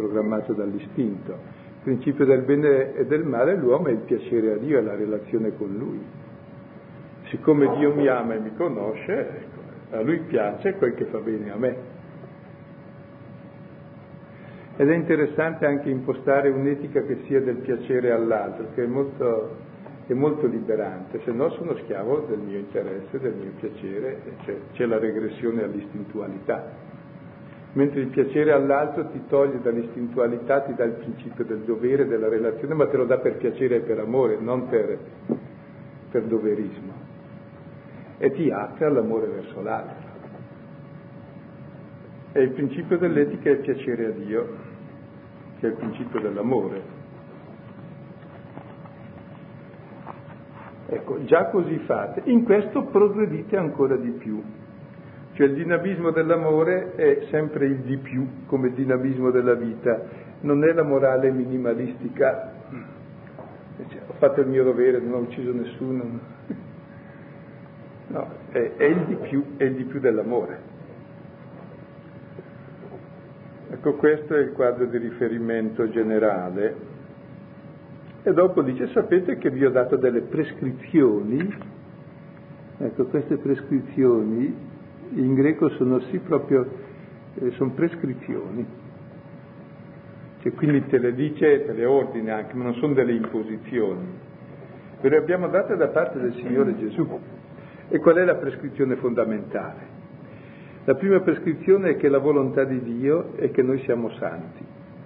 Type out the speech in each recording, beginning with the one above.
programmato dall'istinto. Il principio del bene e del male, l'uomo è il piacere a Dio, è la relazione con Lui. Siccome Dio mi ama e mi conosce, ecco, a Lui piace quel che fa bene a me. Ed è interessante anche impostare un'etica che sia del piacere all'altro, che è molto liberante, se no sono schiavo del mio interesse, del mio piacere, e c'è la regressione all'istintualità. Mentre il piacere all'altro ti toglie dall'istintualità, ti dà il principio del dovere, della relazione, ma te lo dà per piacere e per amore, non per doverismo. E ti apre all'amore verso l'altro. E il principio dell'etica è il piacere a Dio, che è il principio dell'amore. Ecco, già così fate. In questo progredite ancora di più. Cioè il dinamismo dell'amore è sempre il di più, come il dinamismo della vita. Non è la morale minimalistica, cioè, ho fatto il mio dovere, non ho ucciso nessuno. No, è il di più dell'amore. Ecco, questo è il quadro di riferimento generale. E dopo dice, sapete che vi ho dato delle prescrizioni. Ecco, queste prescrizioni in greco sono sono prescrizioni. Cioè, quindi te le dice, te le ordina anche, ma non sono delle imposizioni. Ve le abbiamo date da parte del Signore Gesù. E qual è la prescrizione fondamentale? La prima prescrizione è che la volontà di Dio è che noi siamo santi.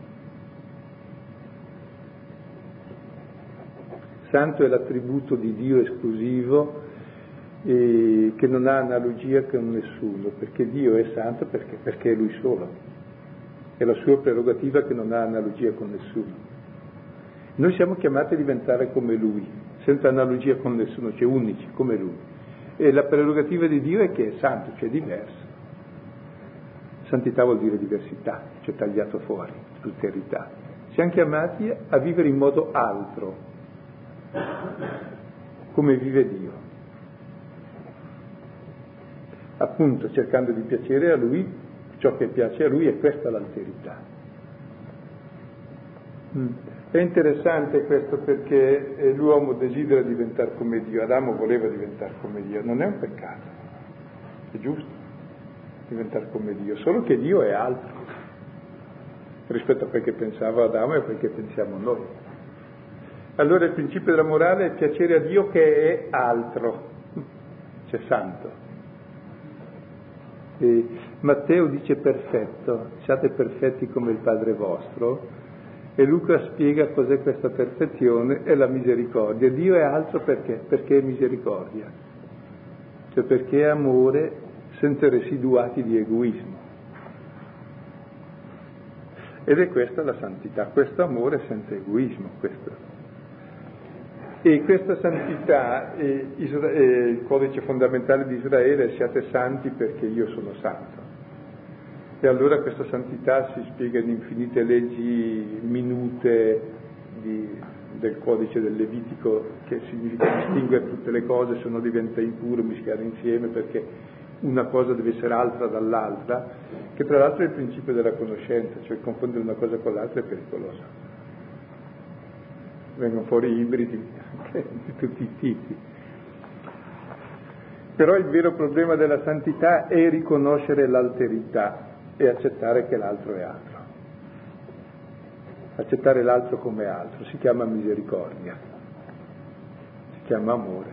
Santo è l'attributo di Dio esclusivo che non ha analogia con nessuno, perché Dio è santo perché è Lui solo. È la sua prerogativa che non ha analogia con nessuno. Noi siamo chiamati a diventare come Lui, senza analogia con nessuno, cioè unici come Lui. E la prerogativa di Dio è che è santo, cioè diverso. Santità vuol dire diversità, cioè tagliato fuori, alterità. Siamo chiamati a vivere in modo altro, come vive Dio. Appunto, cercando di piacere a Lui, ciò che piace a Lui, è questa l'alterità. È interessante questo perché l'uomo desidera diventare come Dio, Adamo voleva diventare come Dio, non è un peccato, è giusto diventare come Dio, solo che Dio è altro rispetto a quel che pensava Adamo e a quel che pensiamo noi. Allora il principio della morale è il piacere a Dio che è altro, cioè santo. E Matteo dice perfetto, siate perfetti come il Padre vostro, e Luca spiega cos'è questa perfezione, è la misericordia. Dio è altro perché? Perché è misericordia, cioè perché è amore senza residuati di egoismo. Ed è questa la santità, questo amore senza egoismo, questo. E questa santità, il codice fondamentale di Israele è siate santi perché io sono santo. E allora questa santità si spiega in infinite leggi minute del codice del Levitico, che significa distinguere tutte le cose, se no diventa impuro mischiare insieme, perché una cosa deve essere altra dall'altra, che tra l'altro è il principio della conoscenza, cioè confondere una cosa con l'altra è pericoloso. Vengono fuori ibridi anche di tutti i tipi. Però il vero problema della santità è riconoscere l'alterità e accettare che l'altro è altro. Accettare l'altro come altro si chiama misericordia, si chiama amore.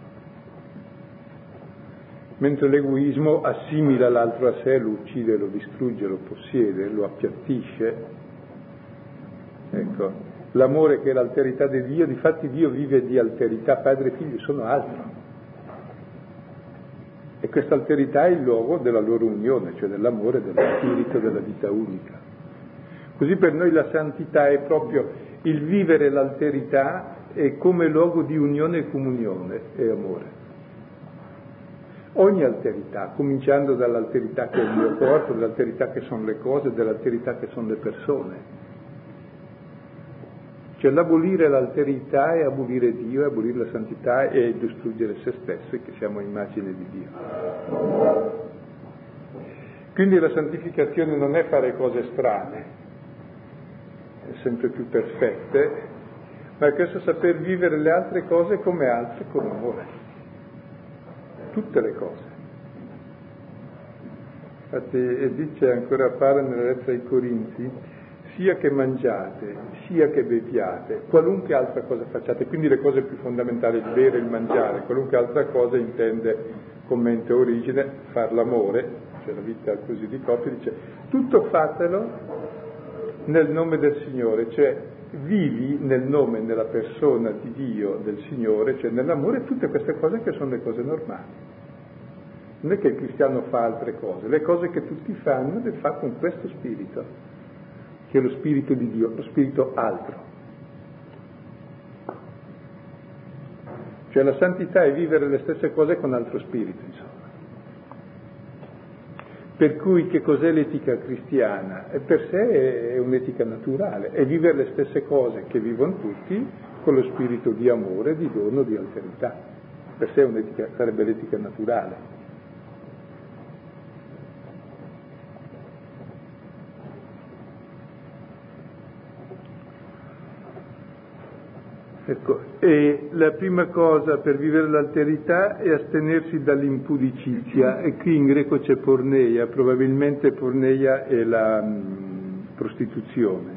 Mentre l'egoismo assimila l'altro a sé, lo uccide, lo distrugge, lo possiede, lo appiattisce. Ecco, l'amore che è l'alterità di Dio, difatti Dio vive di alterità, padre e figlio sono altro. E questa alterità è il luogo della loro unione, cioè dell'amore, dello spirito, della vita unica. Così per noi la santità è proprio il vivere l'alterità e come luogo di unione e comunione e amore. Ogni alterità, cominciando dall'alterità che è il mio corpo, dall'alterità che sono le cose, dall'alterità che sono le persone. Cioè l'abolire l'alterità è abolire Dio, è abolire la santità e distruggere se stessi, che siamo immagine di Dio. Quindi la santificazione non è fare cose strane, sempre più perfette, ma è questo saper vivere le altre cose come altre con amore. Tutte le cose. Infatti, e dice ancora, parla nella lettera ai Corinzi, sia che mangiate, sia che beviate, qualunque altra cosa facciate, quindi le cose più fondamentali, il bere, il mangiare, qualunque altra cosa intende, commenta Origine, far l'amore, cioè la vita così di coppia, dice, tutto fatelo nel nome del Signore, cioè vivi nel nome, nella persona di Dio, del Signore, cioè nell'amore, tutte queste cose che sono le cose normali. Non è che il cristiano fa altre cose, le cose che tutti fanno le fa con questo spirito, che è lo spirito di Dio, lo spirito altro. Cioè la santità è vivere le stesse cose con altro spirito, insomma. Per cui che cos'è l'etica cristiana? E per sé è un'etica naturale, è vivere le stesse cose che vivono tutti con lo spirito di amore, di dono, di alterità. Per sé è un'etica, sarebbe l'etica naturale. Ecco, e la prima cosa per vivere l'alterità è astenersi dall'impudicizia, e qui in greco c'è porneia, probabilmente porneia è la prostituzione,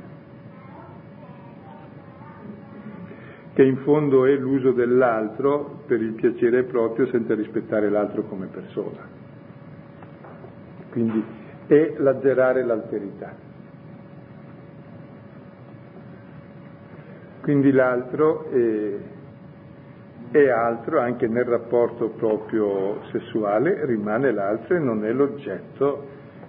che in fondo è l'uso dell'altro per il piacere proprio senza rispettare l'altro come persona. Quindi è l'azzerare l'alterità. Quindi l'altro è altro, anche nel rapporto proprio sessuale rimane l'altro e non è l'oggetto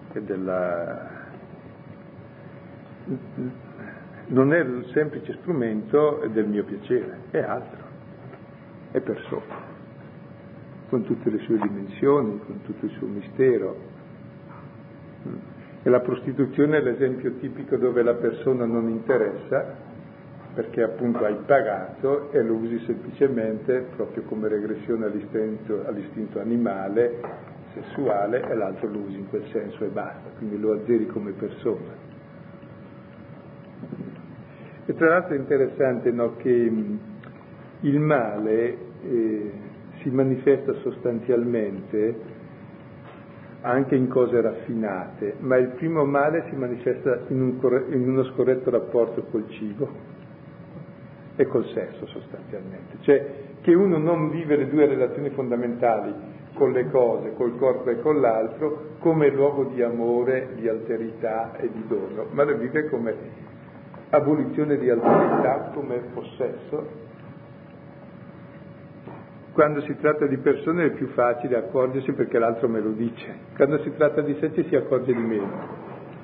non è il semplice strumento del mio piacere, è altro, è persona, con tutte le sue dimensioni, con tutto il suo mistero. E la prostituzione è l'esempio tipico dove la persona non interessa, perché appunto hai pagato e lo usi semplicemente proprio come regressione all'istinto animale, sessuale, e l'altro lo usi in quel senso e basta, quindi lo azzeri come persona. E tra l'altro è interessante, no, che il male si manifesta sostanzialmente anche in cose raffinate, ma il primo male si manifesta in uno scorretto rapporto col cibo e col sesso sostanzialmente, cioè che uno non vive le due relazioni fondamentali con le cose, col corpo e con l'altro, come luogo di amore, di alterità e di dono, ma lo vive come abolizione di alterità, come possesso. Quando si tratta di persone è più facile accorgersi perché l'altro me lo dice, quando si tratta di sé ci si accorge di meno.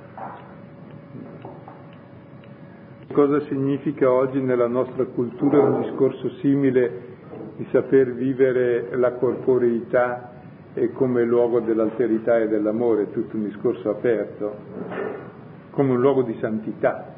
Cosa significa oggi nella nostra cultura un discorso simile di saper vivere la corporeità come luogo dell'alterità e dell'amore, tutto un discorso aperto, come un luogo di santità.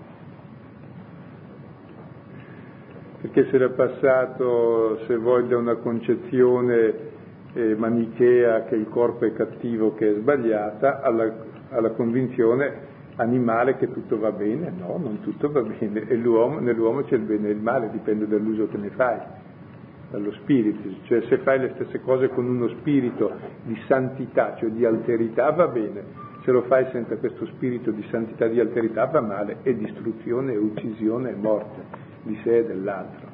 Perché si era passato, se vuoi, da una concezione manichea che il corpo è cattivo, che è sbagliata, alla convinzione animale che tutto va bene. No, non tutto va bene, e nell'uomo c'è il bene e il male, dipende dall'uso che ne fai, dallo spirito, cioè se fai le stesse cose con uno spirito di santità, cioè di alterità, va bene, se lo fai senza questo spirito di santità, di alterità, va male, è distruzione, è uccisione, è morte di sé e dell'altro.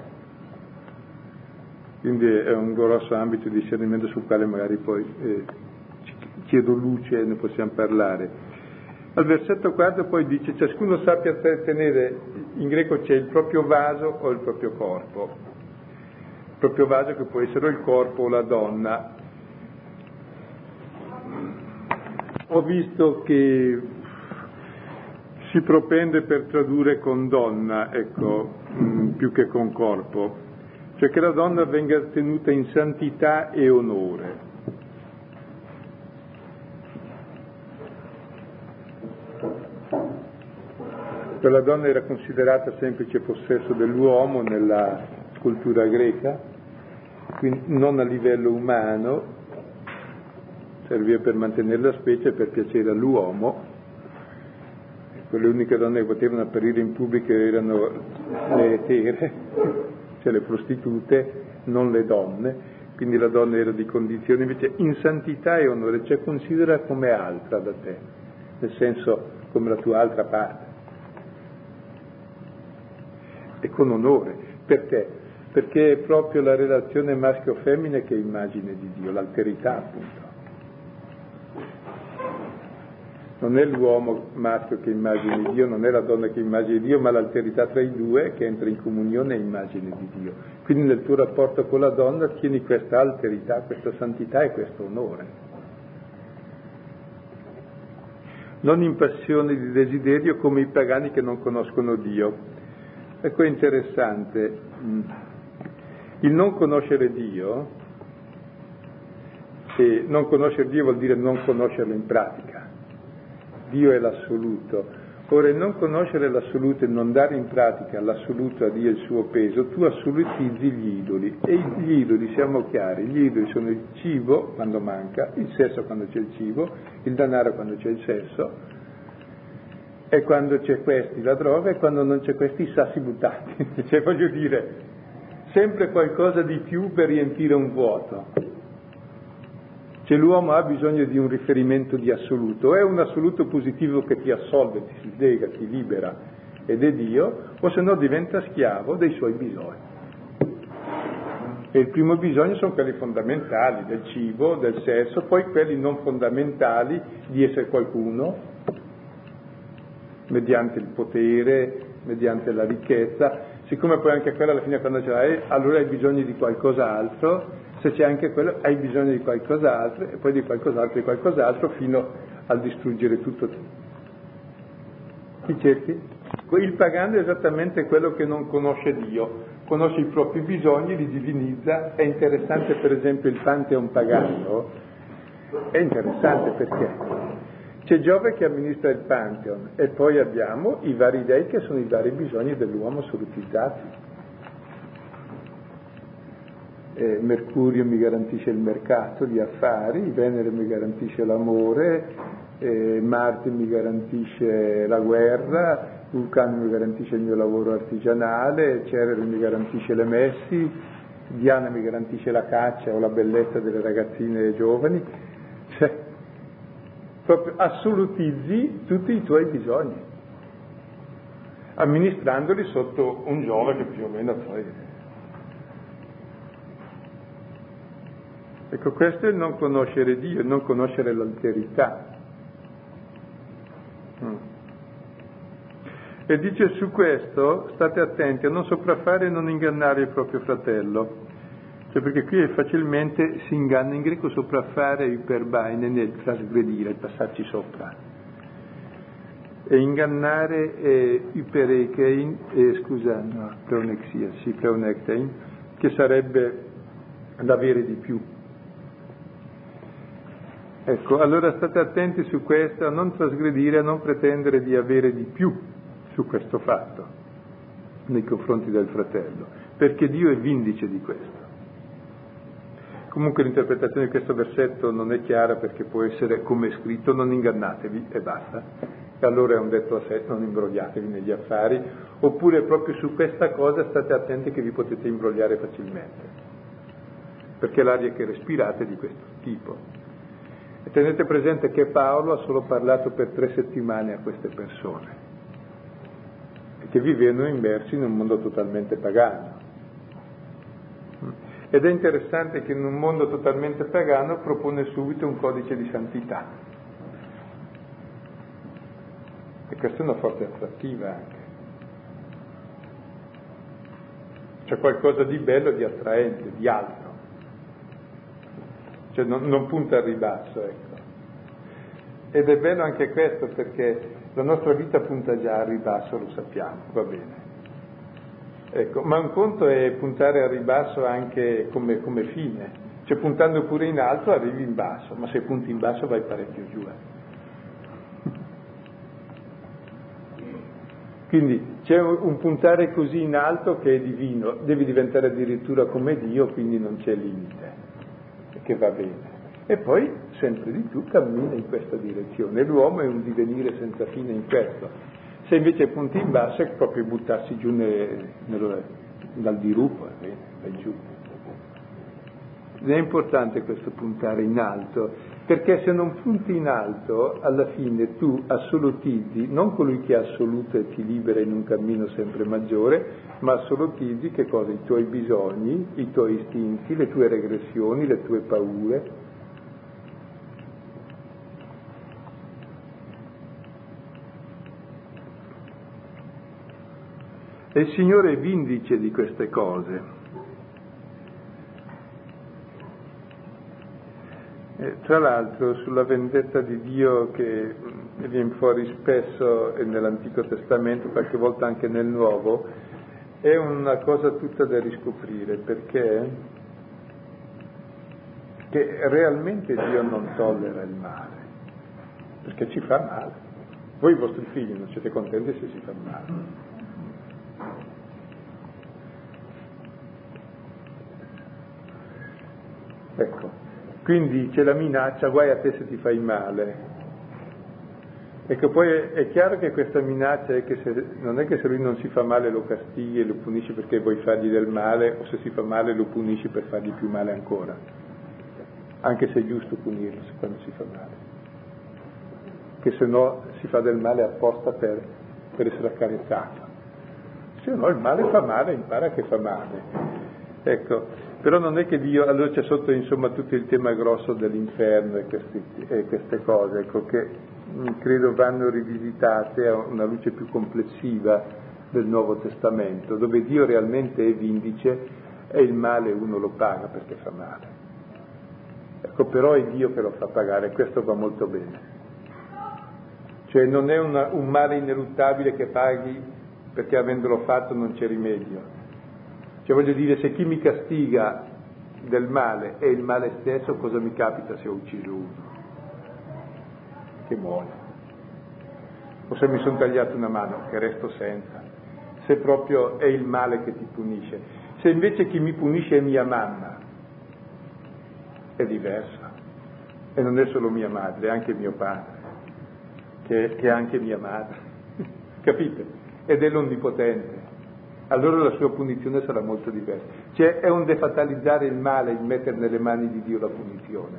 Quindi è un grosso ambito di discernimento sul quale magari poi chiedo luce e ne possiamo parlare. Al versetto 4 poi dice: ciascuno sappia tenere, in greco c'è il proprio vaso o il proprio corpo. Il proprio vaso che può essere il corpo o la donna. Ho visto che si propende per tradurre con donna, ecco, più che con corpo, cioè che la donna venga tenuta in santità e onore. Per la donna era considerata semplice possesso dell'uomo nella cultura greca, quindi non a livello umano, serviva per mantenere la specie, per piacere all'uomo, le uniche donne che potevano apparire in pubblico erano le etere, cioè le prostitute, non le donne, quindi la donna era di condizione, invece in santità e onore, cioè considera come altra da te, nel senso come la tua altra parte, e con onore. Perché? Perché è proprio la relazione maschio-femmina che è immagine di Dio, l'alterità appunto. Non è l'uomo maschio che immagina Dio, non è la donna che immagina Dio, ma l'alterità tra i due che entra in comunione è immagine di Dio. Quindi nel tuo rapporto con la donna tieni questa alterità, questa santità e questo onore. Non in passione di desiderio come i pagani che non conoscono Dio. Ecco, è interessante. Il non conoscere Dio, e non conoscere Dio vuol dire non conoscerlo in pratica. Dio è l'assoluto. Ora, il non conoscere l'assoluto e non dare in pratica l'assoluto a Dio il suo peso, tu assolutizzi gli idoli. E gli idoli, siamo chiari, gli idoli sono il cibo quando manca, il sesso quando c'è il cibo, il denaro quando c'è il sesso, e quando c'è questi la droga, e quando non c'è questi i sassi buttati. Cioè, voglio dire, sempre qualcosa di più per riempire un vuoto. Cioè l'uomo ha bisogno di un riferimento di assoluto, è un assoluto positivo che ti assolve, ti slega, ti libera, ed è Dio, o se no diventa schiavo dei suoi bisogni. E il primo bisogno sono quelli fondamentali, del cibo, del sesso, poi quelli non fondamentali di essere qualcuno, mediante il potere, mediante la ricchezza. Siccome poi anche quella alla fine quando ce l'hai, allora hai bisogno di qualcos'altro. Se c'è anche quello, hai bisogno di qualcos'altro, e poi di qualcos'altro, fino a distruggere tutto. Chi cerchi? Il pagano è esattamente quello che non conosce Dio, conosce i propri bisogni, li divinizza. È interessante per esempio il Pantheon pagano, è interessante perché c'è Giove che amministra il Pantheon e poi abbiamo i vari dei che sono i vari bisogni dell'uomo assolutizzati. Mercurio mi garantisce il mercato di affari, Venere mi garantisce l'amore, Marte mi garantisce la guerra, Vulcano mi garantisce il mio lavoro artigianale, Cerere mi garantisce le messi, Diana mi garantisce la caccia o la bellezza delle ragazzine giovani. Cioè, proprio assolutizzi tutti i tuoi bisogni, amministrandoli sotto un Giove che più o meno poi... Ecco, questo è il non conoscere Dio, il non conoscere l'alterità. E dice su questo, state attenti a non sopraffare e non ingannare il proprio fratello. Cioè, perché qui facilmente si inganna, in greco sopraffare iperbaine, nel trasgredire, passarci sopra. E ingannare è iperekein, pleonektein, che sarebbe l'avere di più. Ecco, allora state attenti su questo, a non trasgredire, a non pretendere di avere di più su questo fatto, nei confronti del fratello, perché Dio è vindice di questo. Comunque l'interpretazione di questo versetto non è chiara perché può essere come è scritto, non ingannatevi e basta. E allora è un detto a sé, non imbrogliatevi negli affari, oppure proprio su questa cosa state attenti che vi potete imbrogliare facilmente, perché l'aria che respirate è di questo tipo. E tenete presente che Paolo ha solo parlato per 3 settimane a queste persone, che vivevano immersi in un mondo totalmente pagano. Ed è interessante che in un mondo totalmente pagano propone subito un codice di santità. E questa è una forte attrattiva anche. C'è qualcosa di bello, di attraente, di alto. Cioè non punta al ribasso, ecco. Ed è bello anche questo perché la nostra vita punta già al ribasso, lo sappiamo, va bene. Ecco, ma un conto è puntare al ribasso anche come fine, cioè puntando pure in alto arrivi in basso, ma se punti in basso vai parecchio giù. Quindi c'è un puntare così in alto che è divino, devi diventare addirittura come Dio, quindi non c'è limite, che va bene. E poi sempre di più cammina in questa direzione. L'uomo è un divenire senza fine in questo. Se invece punti in basso è proprio buttarsi giù dal dirupo, vai giù. Ed è importante questo puntare in alto, perché se non punti in alto, alla fine tu assolutizzi non colui che è assoluto e ti libera in un cammino sempre maggiore, ma assolutizzi che cosa? I tuoi bisogni, i tuoi istinti, le tue regressioni, le tue paure. E il Signore è vindice di queste cose. Tra l'altro sulla vendetta di Dio che viene fuori spesso nell'Antico Testamento, qualche volta anche nel Nuovo, è una cosa tutta da riscoprire, perché che realmente Dio non tollera il male, perché ci fa male. Voi i vostri figli non siete contenti se si fa male. Ecco, quindi c'è la minaccia, guai a te se ti fai male. Ecco, poi è chiaro che questa minaccia è che non è che se lui non si fa male lo castighi e lo punisci perché vuoi fargli del male, o se si fa male lo punisci per fargli più male ancora, anche se è giusto punirlo quando si fa male, che se no si fa del male apposta per essere accarezzato. Se no il male fa male, impara che fa male. Ecco, però non è che Dio, allora c'è sotto insomma tutto il tema grosso dell'inferno e queste cose, ecco, che credo vanno rivisitate a una luce più complessiva del Nuovo Testamento, dove Dio realmente è vindice e il male uno lo paga perché fa male. Ecco, però è Dio che lo fa pagare, questo va molto bene. Cioè non è un male ineluttabile che paghi perché avendolo fatto non c'è rimedio. Cioè voglio dire, se chi mi castiga del male è il male stesso, cosa mi capita se ho ucciso uno? Che muoio. O se mi sono tagliato una mano, che resto senza. Se proprio è il male che ti punisce. Se invece chi mi punisce è mia mamma, è diversa. E non è solo mia madre, è anche mio padre, che è anche mia madre. Capite? Ed è l'Onnipotente. Allora la sua punizione sarà molto diversa. Cioè è un defatalizzare il male, il mettere nelle mani di Dio la punizione.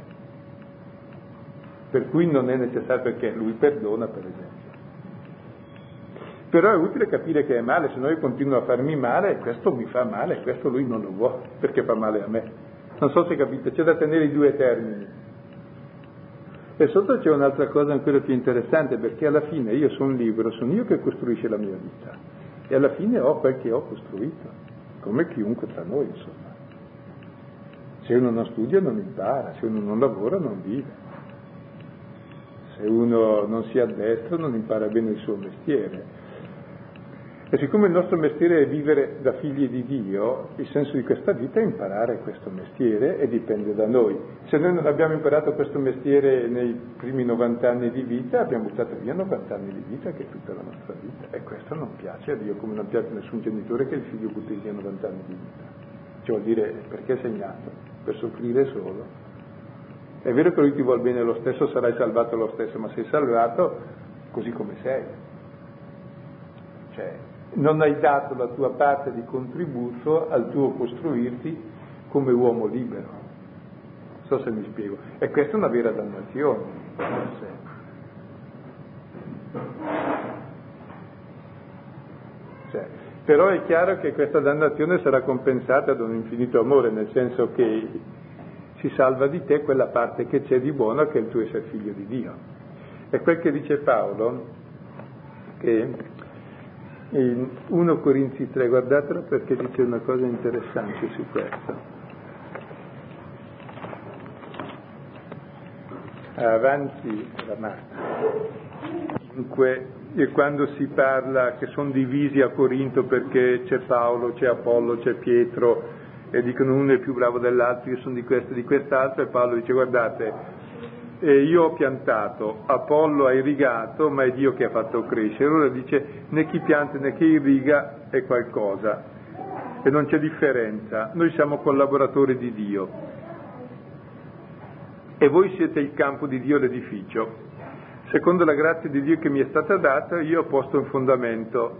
Per cui non è necessario, perché lui perdona, per esempio. Però è utile capire che è male, se no io continuo a farmi male e questo mi fa male, e questo lui non lo vuole, perché fa male a me. Non so se capite, c'è da tenere i due termini. E sotto c'è un'altra cosa ancora più interessante, perché alla fine io sono libero, sono io che costruisce la mia vita. E alla fine ho quel che ho costruito, come chiunque tra noi, insomma. Se uno non studia non impara, se uno non lavora non vive, se uno non si addestra non impara bene il suo mestiere. E siccome il nostro mestiere è vivere da figli di Dio, il senso di questa vita è imparare questo mestiere e dipende da noi. Se noi non abbiamo imparato questo mestiere nei primi 90 anni di vita, abbiamo buttato via 90 anni di vita, che è tutta la nostra vita. E questo non piace a Dio, come non piace a nessun genitore che il figlio butti via 90 anni di vita. Cioè vuol dire, perché è segnato? Per soffrire solo. È vero che lui ti vuol bene lo stesso, sarai salvato lo stesso, ma sei salvato così come sei. Cioè, non hai dato la tua parte di contributo al tuo costruirti come uomo libero. Non so se mi spiego. E questa è una vera dannazione. Cioè, però è chiaro che questa dannazione sarà compensata da un infinito amore, nel senso che si salva di te quella parte che c'è di buono, che è il tuo essere figlio di Dio. È quel che dice Paolo, che in 1 Corinzi 3, guardatelo perché dice una cosa interessante su questo. Avanti la mano. Dunque, e quando si parla che sono divisi a Corinto perché c'è Paolo, c'è Apollo, c'è Pietro, e dicono uno è più bravo dell'altro, io sono di questo e di quest'altro, e Paolo dice guardate, io ho piantato, Apollo ha irrigato, ma è Dio che ha fatto crescere. Allora dice, né chi pianta né chi irriga è qualcosa, e non c'è differenza, noi siamo collaboratori di Dio. e voi siete il campo di Dio, l'edificio. Secondo la grazia di Dio che mi è stata data, io ho posto un fondamento,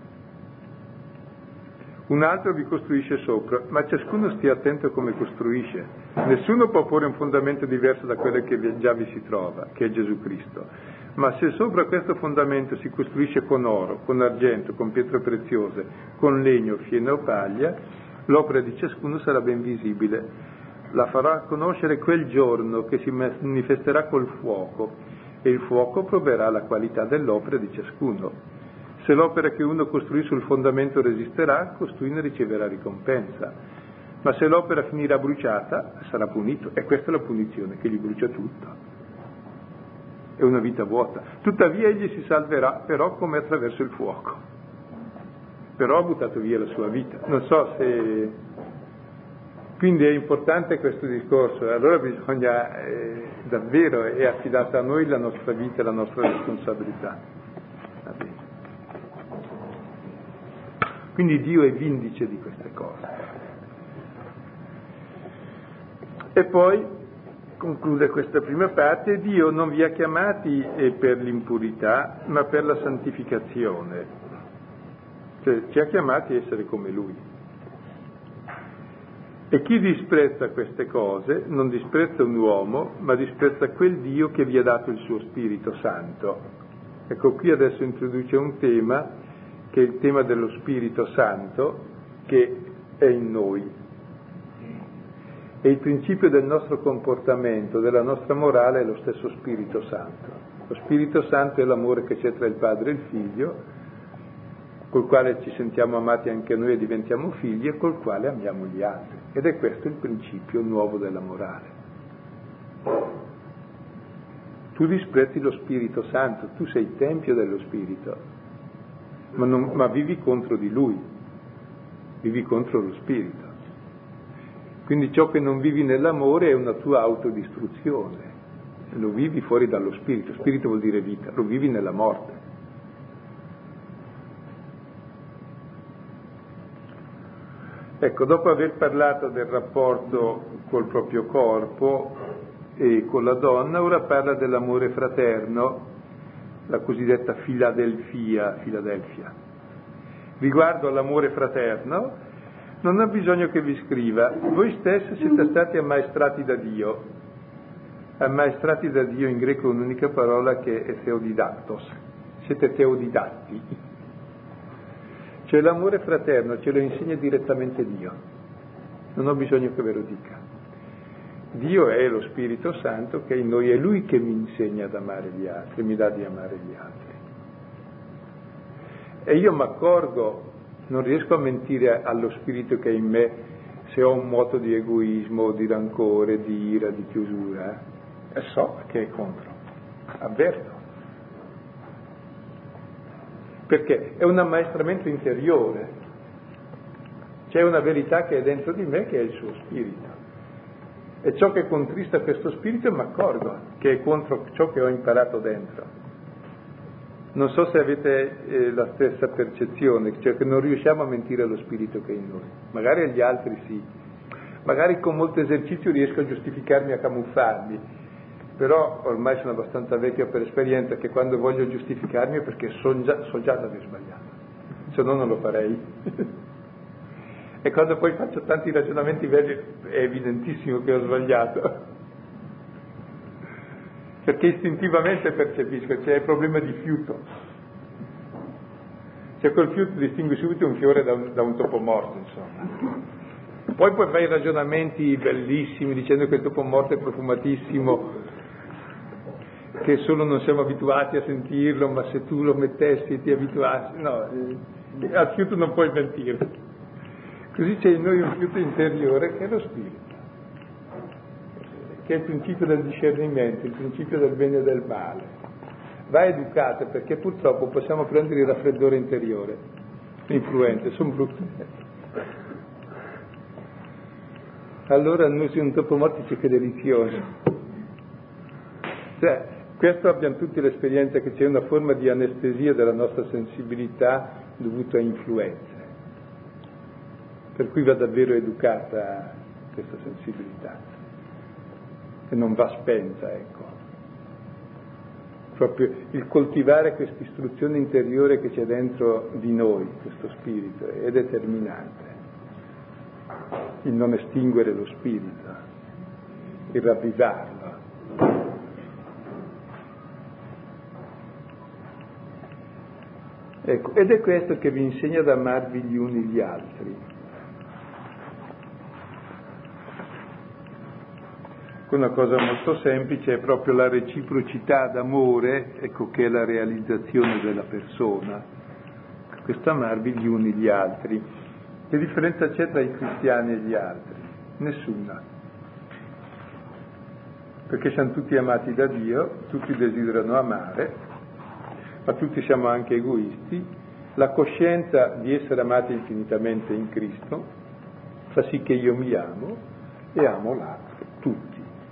un altro vi costruisce sopra, ma ciascuno stia attento come costruisce. Nessuno può porre un fondamento diverso da quello che già vi si trova, che è Gesù Cristo. Ma se sopra questo fondamento si costruisce con oro, con argento, con pietre preziose, con legno, fieno o paglia, l'opera di ciascuno sarà ben visibile. La farà conoscere quel giorno che si manifesterà col fuoco, e il fuoco proverà la qualità dell'opera di ciascuno. Se l'opera che uno costruì sul fondamento resisterà, costui ne riceverà ricompensa. Ma se l'opera finirà bruciata, sarà punito. E questa è la punizione, che gli brucia tutto. È una vita vuota. Tuttavia egli si salverà, però come attraverso il fuoco. Però ha buttato via la sua vita. Non so se... Quindi è importante questo discorso. Allora bisogna, davvero, è affidata a noi la nostra vita e la nostra responsabilità. Va bene. Quindi Dio è vindice di queste cose. E poi conclude questa prima parte: Dio non vi ha chiamati per l'impurità, ma per la santificazione. Cioè, ci ha chiamati a essere come Lui. E chi disprezza queste cose non disprezza un uomo, ma disprezza quel Dio che vi ha dato il suo Spirito Santo. Ecco, qui adesso introduce un tema, che è il tema dello Spirito Santo, che è in noi. E il principio del nostro comportamento, della nostra morale, è lo stesso Spirito Santo. Lo Spirito Santo è l'amore che c'è tra il Padre e il Figlio, col quale ci sentiamo amati anche noi e diventiamo figli, e col quale amiamo gli altri. Ed è questo il principio nuovo della morale. Tu disprezzi lo Spirito Santo, tu sei il tempio dello Spirito, ma vivi contro di Lui, vivi contro lo Spirito. Quindi ciò che non vivi nell'amore è una tua autodistruzione, lo vivi fuori dallo Spirito. Spirito vuol dire vita, lo vivi nella morte. Ecco, dopo aver parlato del rapporto col proprio corpo e con la donna, ora parla dell'amore fraterno, la cosiddetta Filadelfia. Riguardo all'amore fraterno, non ha bisogno che vi scriva: voi stessi siete stati ammaestrati da Dio. Ammaestrati da Dio in greco è un'unica parola che è theodidactos. Siete teodidatti. Cioè l'amore fraterno ce lo insegna direttamente Dio. Non ho bisogno che ve lo dica. Dio è lo Spirito Santo che è in noi, è Lui che mi insegna ad amare gli altri, mi dà di amare gli altri. E io mi accorgo, non riesco a mentire allo Spirito che è in me se ho un moto di egoismo, di rancore, di ira, di chiusura. E so che è contro, avverto. Perché è un ammaestramento interiore, c'è una verità che è dentro di me che è il suo spirito, e ciò che contrista questo spirito mi accorgo che è contro ciò che ho imparato dentro. Non so se avete la stessa percezione, cioè che non riusciamo a mentire allo spirito che è in noi, magari agli altri sì, magari con molto esercizio riesco a giustificarmi, a camuffarmi, però ormai sono abbastanza vecchio per esperienza che quando voglio giustificarmi è perché so già di aver sbagliato, se no non lo farei. E quando poi faccio tanti ragionamenti belli è evidentissimo che ho sbagliato, perché istintivamente percepisco, c'è il problema di fiuto. Cioè col fiuto distingui subito un fiore da un topo morto, insomma. Poi fai ragionamenti bellissimi dicendo che il topo morto è profumatissimo, che solo non siamo abituati a sentirlo, ma se tu lo mettessi e ti abituassi, no, al fiuto non puoi mentire. Così c'è in noi un fiuto interiore che è lo spirito, che è il principio del discernimento, il principio del bene e del male. Va educato, perché purtroppo possiamo prendere il raffreddore interiore, le influenze, sono brutte. Allora noi siamo un topo morto, dice che delizioso. Cioè, questo abbiamo tutti l'esperienza che c'è una forma di anestesia della nostra sensibilità dovuta a influenze, per cui va davvero educata questa sensibilità. che non va spenta, ecco. Proprio il coltivare questa istruzione interiore che c'è dentro di noi, questo spirito, è determinante. Il non estinguere lo spirito, il ravvivarlo. Ecco, ed è questo che vi insegna ad amarvi gli uni gli altri. Una cosa molto semplice è proprio la reciprocità d'amore, ecco, che è la realizzazione della persona. Questo amarvi gli uni gli altri. Che differenza c'è tra i cristiani e gli altri? Nessuna. Perché siamo tutti amati da Dio, tutti desiderano amare, ma tutti siamo anche egoisti. La coscienza di essere amati infinitamente in Cristo fa sì che io mi amo e amo l'altro, tutti.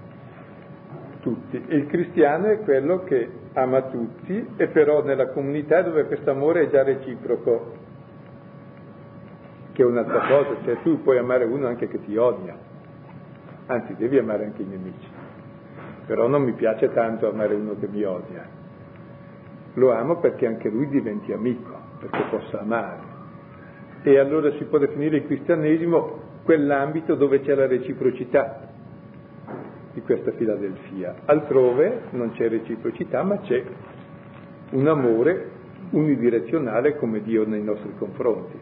E il cristiano è quello che ama tutti, e però nella comunità dove questo amore è già reciproco, che è un'altra cosa, cioè tu puoi amare uno anche che ti odia, anzi devi amare anche i nemici, però non mi piace tanto amare uno che mi odia, lo amo perché anche lui diventi amico, perché possa amare, e allora si può definire il cristianesimo quell'ambito dove c'è la reciprocità di questa Filadelfia. Altrove non c'è reciprocità, ma c'è un amore unidirezionale come Dio nei nostri confronti.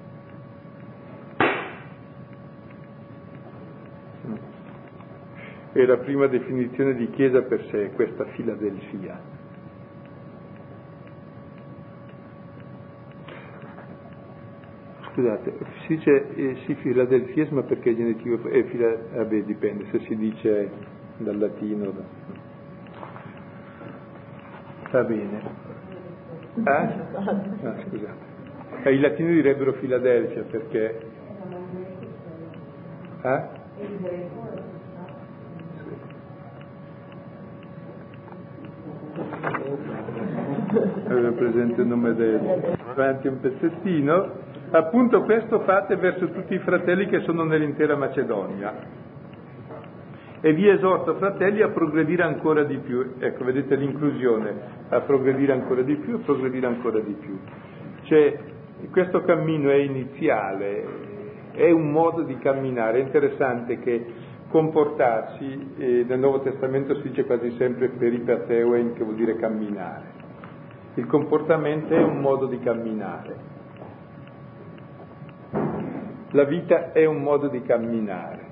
E la prima definizione di Chiesa per sé è questa Filadelfia. Scusate, si dice sì filadelfiesima perché il genitivo è vabbè, dipende se si dice dal latino. Va bene. Scusate. I latini direbbero Filadelfia perché avevo presente il nome del avanti un pezzettino. Appunto questo fate verso tutti i fratelli che sono nell'intera Macedonia. E vi esorto, fratelli, a progredire ancora di più. Ecco, vedete l'inclusione, a progredire ancora di più, a progredire ancora di più. Cioè, questo cammino è iniziale, è un modo di camminare. È interessante che comportarsi, nel Nuovo Testamento si dice quasi sempre peripateuen, che vuol dire camminare. Il comportamento è un modo di camminare. La vita è un modo di camminare.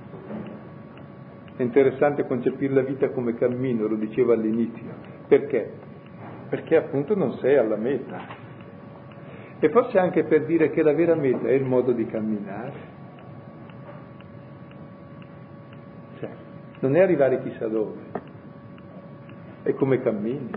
È interessante concepire la vita come cammino, lo dicevo all'inizio. Perché? Perché appunto non sei alla meta. E forse anche per dire che la vera meta è il modo di camminare. Cioè, non è arrivare chissà dove, è come cammini.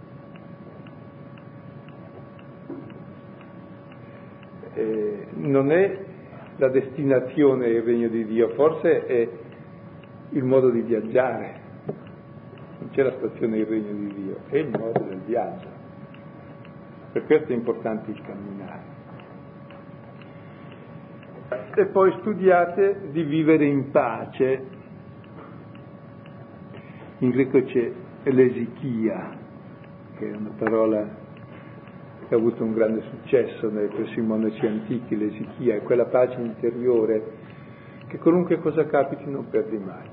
Non è la destinazione il regno di Dio, forse è il modo di viaggiare. Non c'è la stazione del regno di Dio, è il modo del viaggio. Per questo è importante il camminare. E poi studiate di vivere in pace. In greco c'è l'esichia, che è una parola che ha avuto un grande successo presso i monaci antichi. L'esichia è quella pace interiore che qualunque cosa capiti non perdi mai.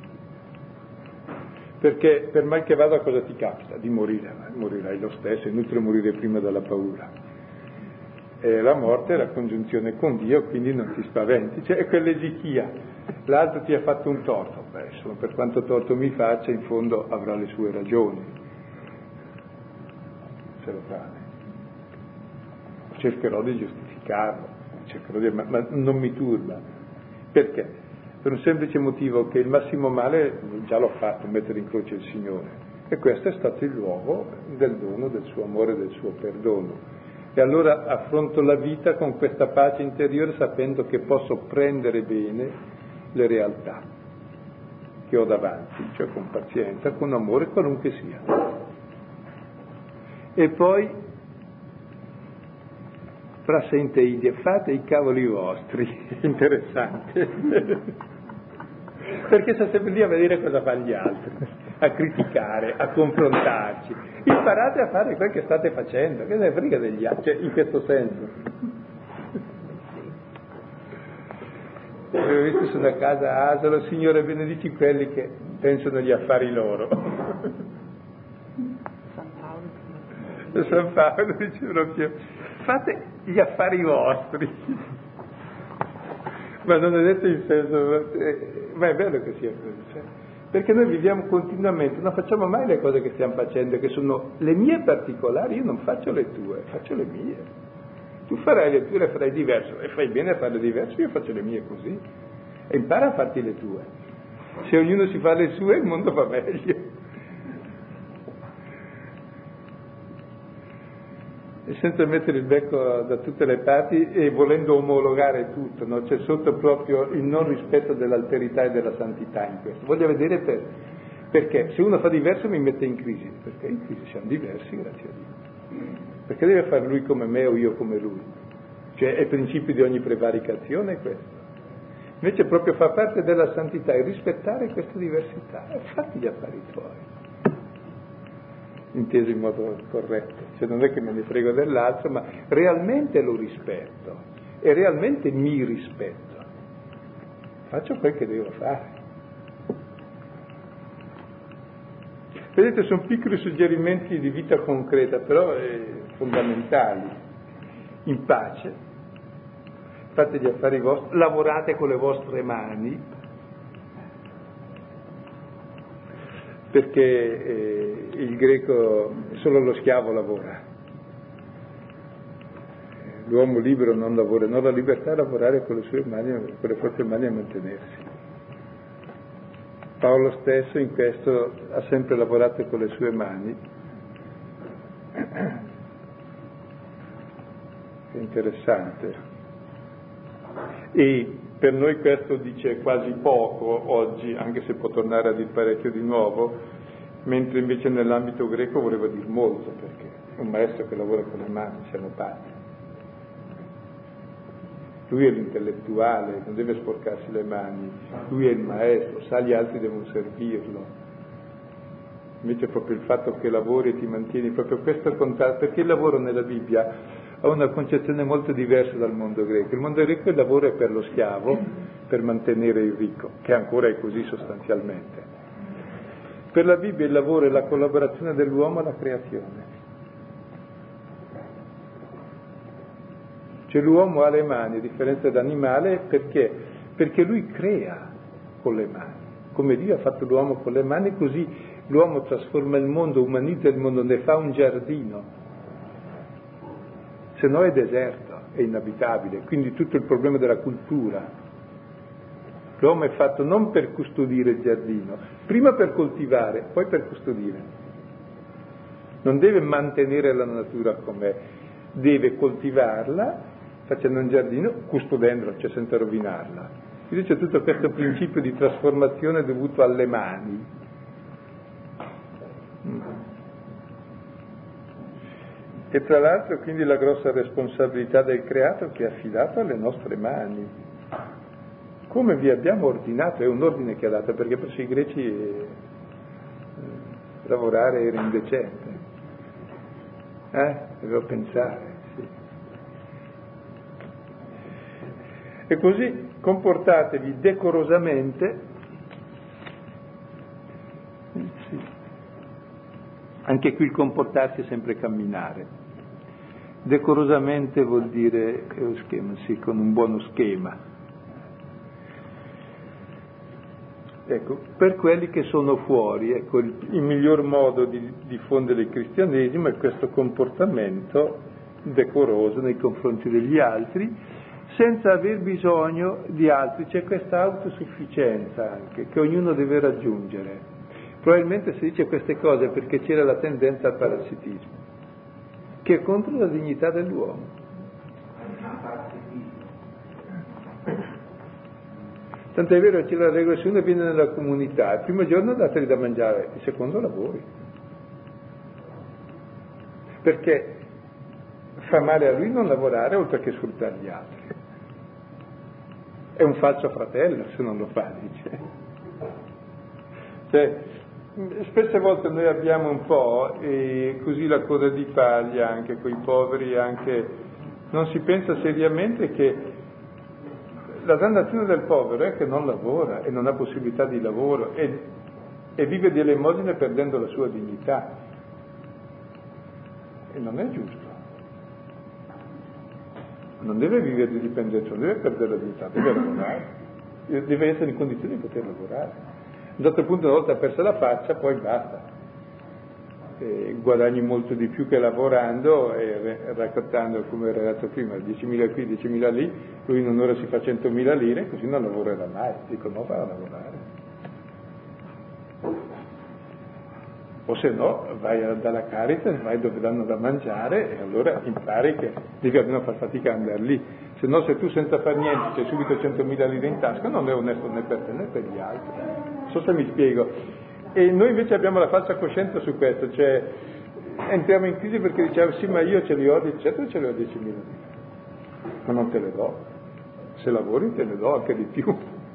Perché per mal che vada cosa ti capita? Di morire, morirai lo stesso, è inutile morire prima dalla paura. E la morte è la congiunzione con Dio, quindi non ti spaventi, cioè è quell'esichia. L'altro ti ha fatto un torto, insomma, per quanto torto mi faccia, in fondo avrà le sue ragioni, se lo fa. Cercherò di giustificarlo, ma non mi turba. Perché? Per un semplice motivo, che il massimo male già l'ho fatto, mettere in croce il Signore, e questo è stato il luogo del dono, del suo amore, del suo perdono. E allora affronto la vita con questa pace interiore, sapendo che posso prendere bene le realtà che ho davanti, cioè con pazienza, con amore, qualunque sia. E poi Prasente Idia, fate i cavoli vostri, interessante. Perché sta sempre lì a vedere cosa fanno gli altri, a criticare, a confrontarci. Imparate a fare quel che state facendo, che ne frega degli altri, cioè, in questo senso. Avevo visto su una casa a Asolo, Signore benedici quelli che pensano agli affari loro. San Paolo dice proprio, fate gli affari vostri. Ma non è detto in senso, ma è bello che sia così, cioè, perché noi viviamo continuamente, non facciamo mai le cose che stiamo facendo, che sono le mie particolari, io non faccio le tue, faccio le mie. Tu farai le tue, le farai diverso, e fai bene a farle diverse, io faccio le mie così, e impara a farti le tue. Se ognuno si fa le sue, il mondo va meglio. E senza mettere il becco da tutte le parti e volendo omologare tutto, no? C'è sotto proprio il non rispetto dell'alterità e della santità in questo. Voglio vedere perché se uno fa diverso mi mette in crisi, perché in crisi siamo diversi, grazie a Dio. Perché deve fare lui come me o io come lui? Cioè è il principio di ogni prevaricazione questo. Invece proprio fa parte della santità e rispettare questa diversità e fatti gli affari tuoi. Inteso in modo corretto, cioè non è che me ne frego dell'altro, ma realmente lo rispetto e realmente mi rispetto, faccio quel che devo fare. Vedete, sono piccoli suggerimenti di vita concreta, però fondamentali. In pace, fate gli affari vostri, lavorate con le vostre mani, perché il greco solo lo schiavo lavora, l'uomo libero non lavora, non la libertà è lavorare con le sue mani, con le proprie mani a mantenersi. Paolo stesso in questo ha sempre lavorato con le sue mani, è interessante. E per noi questo dice quasi poco oggi, anche se può tornare a dire parecchio di nuovo, mentre invece nell'ambito greco voleva dire molto, perché è un maestro che lavora con le mani, siamo pazzi. Lui è l'intellettuale, non deve sporcarsi le mani, lui è il maestro, sa gli altri devono servirlo. Invece proprio il fatto che lavori e ti mantieni, proprio questo contatto, perché il lavoro nella Bibbia ha una concezione molto diversa dal mondo greco. Il mondo greco il lavoro è per lo schiavo, per mantenere il ricco, che ancora è così sostanzialmente. Per la Bibbia il lavoro è la collaborazione dell'uomo alla creazione. Cioè l'uomo ha le mani, a differenza dall'animale, perché lui crea con le mani. Come Dio ha fatto l'uomo con le mani, così l'uomo trasforma il mondo, umanizza il mondo, ne fa un giardino. Se no è deserto, è inabitabile. Quindi tutto il problema della cultura. L'uomo è fatto non per custodire il giardino, prima per coltivare, poi per custodire. Non deve mantenere la natura com'è, deve coltivarla, facendo un giardino, custodendola, cioè senza rovinarla. Quindi c'è tutto questo principio di trasformazione dovuto alle mani. E tra l'altro quindi la grossa responsabilità del creato che è affidato alle nostre mani. Come vi abbiamo ordinato, è un ordine che ha dato, perché per i greci lavorare era indecente. Devo pensare, sì. E così comportatevi decorosamente, sì. Anche qui il comportarsi è sempre camminare. Decorosamente vuol dire schema, sì, con un buono schema. Ecco, per quelli che sono fuori, ecco, il miglior modo di diffondere il cristianesimo è questo comportamento decoroso nei confronti degli altri, senza aver bisogno di altri. C'è questa autosufficienza anche, che ognuno deve raggiungere. Probabilmente si dice queste cose perché c'era la tendenza al parassitismo, che è contro la dignità dell'uomo. Tanto è vero, c'è la regola, se uno viene nella comunità, il primo giorno dateli da mangiare, il secondo lavori. Perché fa male a lui non lavorare oltre che sfruttare gli altri. È un falso fratello se non lo fa, dice. Cioè, spesse volte noi abbiamo un po' così la coda di paglia anche coi poveri, anche non si pensa seriamente che la dannazione del povero è che non lavora e non ha possibilità di lavoro e vive di elemosine perdendo la sua dignità. E non è giusto. Non deve vivere di dipendenza, non deve perdere la dignità, deve lavorare, deve essere in condizioni di poter lavorare. A un certo punto, una volta persa la faccia, poi basta. Guadagni molto di più che lavorando e raccontando, come il ragazzo prima, 10.000 qui, 10.000 lì, lui in un'ora si fa 100.000 lire, così non lavorerà mai. Dico, no, va a lavorare. O se no, vai dalla Caritas, vai dove danno da mangiare e allora impari che devi almeno far fatica ad andare lì. Se no, se tu senza far niente c'hai subito 100.000 lire in tasca, non è onesto né per te né per gli altri. Non so se mi spiego. E noi invece abbiamo la falsa coscienza su questo, cioè entriamo in crisi perché diciamo sì, ma io ce li ho, certo ce li ho 10.000 lire, ma non te le do. Se lavori te le do anche di più.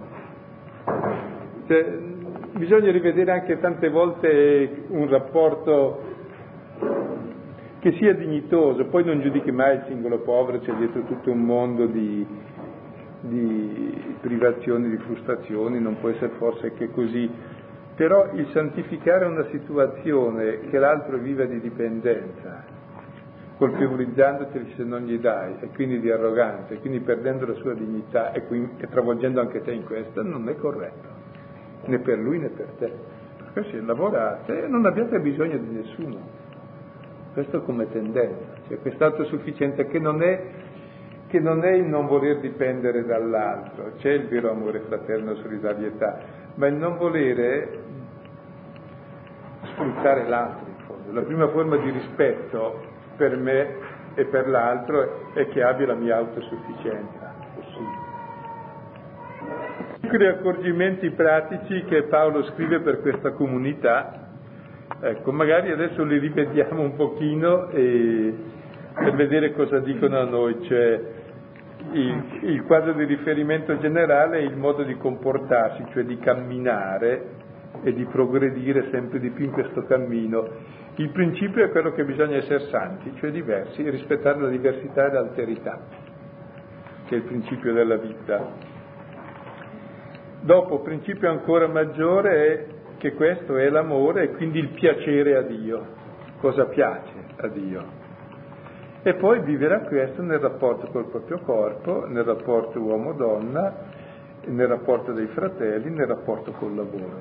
Cioè, bisogna rivedere anche tante volte un rapporto che sia dignitoso, poi non giudichi mai il singolo povero, c'è dietro tutto un mondo di privazioni, di frustrazioni, non può essere forse che così, però il santificare una situazione che l'altro vive di dipendenza, colpevolizzandoti se non gli dai, e quindi di arroganza, e quindi perdendo la sua dignità e travolgendo anche te in questo, non è corretto. Né per lui né per te, perché se lavorate non abbiate bisogno di nessuno, questo come tendenza, cioè questa autosufficienza che non è il non voler dipendere dall'altro, c'è il vero amore fraterno, solidarietà, ma il non volere sfruttare l'altro in fondo. La prima forma di rispetto per me e per l'altro è che abbia la mia autosufficienza possibile. Piccoli accorgimenti pratici che Paolo scrive per questa comunità, ecco, magari adesso li rivediamo un pochino per vedere cosa dicono a noi, cioè il quadro di riferimento generale è il modo di comportarsi, cioè di camminare e di progredire sempre di più in questo cammino. Il principio è quello che bisogna essere santi, cioè diversi, e rispettare la diversità e l'alterità, che è il principio della vita. Dopo, principio ancora maggiore è che questo è l'amore e quindi il piacere a Dio, cosa piace a Dio. E poi vivere a questo nel rapporto col proprio corpo, nel rapporto uomo-donna, nel rapporto dei fratelli, nel rapporto col lavoro.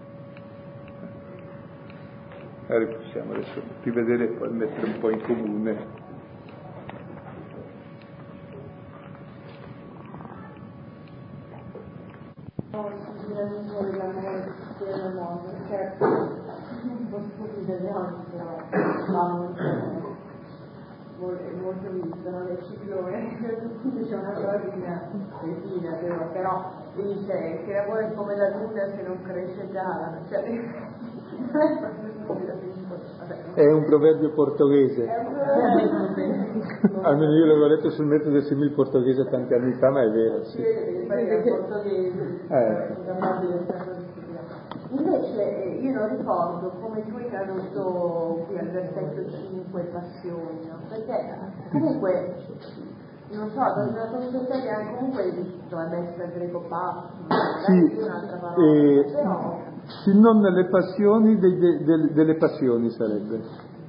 Magari possiamo adesso rivedere e poi mettere un po' in comune. Dell'amore, certo, un po' stupide le altre, però molto visto, no? Del ciclone, c'è una storia però dice che lavora come la luna se non cresce già, cioè, è un proverbio portoghese. Almeno io l'avevo letto sul metodo del simil portoghese tanti anni fa, ma è vero, sì. Invece io non ricordo come tu hai tradotto qui al versetto 5 passioni, no? Perché comunque, non so, da una traduzione italiana comunque dovrebbe essere greco passo, sì, un'altra parola, però... Sì, non nelle passioni, delle passioni sarebbe.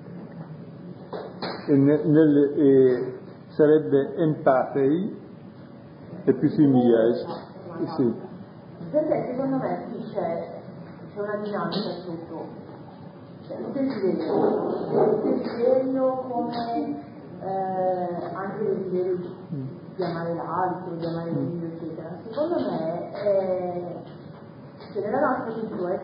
Sarebbe empatei e più similes. Sì. Perché secondo me qui c'è una dinamica sotto, cioè il desiderio come anche il desiderio di amare l'altro, di amare Dio, eccetera. Secondo me nella nostra cultura è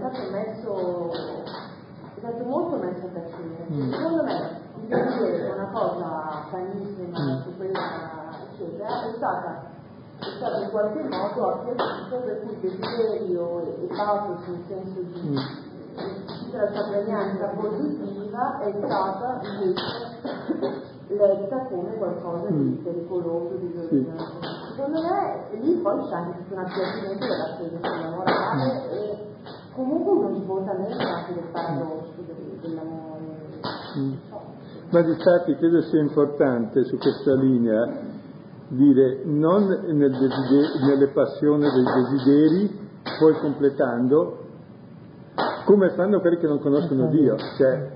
stato molto messo a tacere. Secondo me il desiderio è una cosa sanissima, su quella eccetera, è stato in qualche modo appiattito, per cui desiderio e pathos in senso di questa pregnanza positiva è stata invece letta come qualcosa di pericoloso, di violento. Secondo me lì poi c'è anche tutto un appiattimento della fede sulla morale comunque uno svuotamento anche del paradosso dell'amore. Ma difatti credo sia importante su questa linea dire non nelle passioni dei desideri, poi completando, come fanno quelli che non conoscono Dio, cioè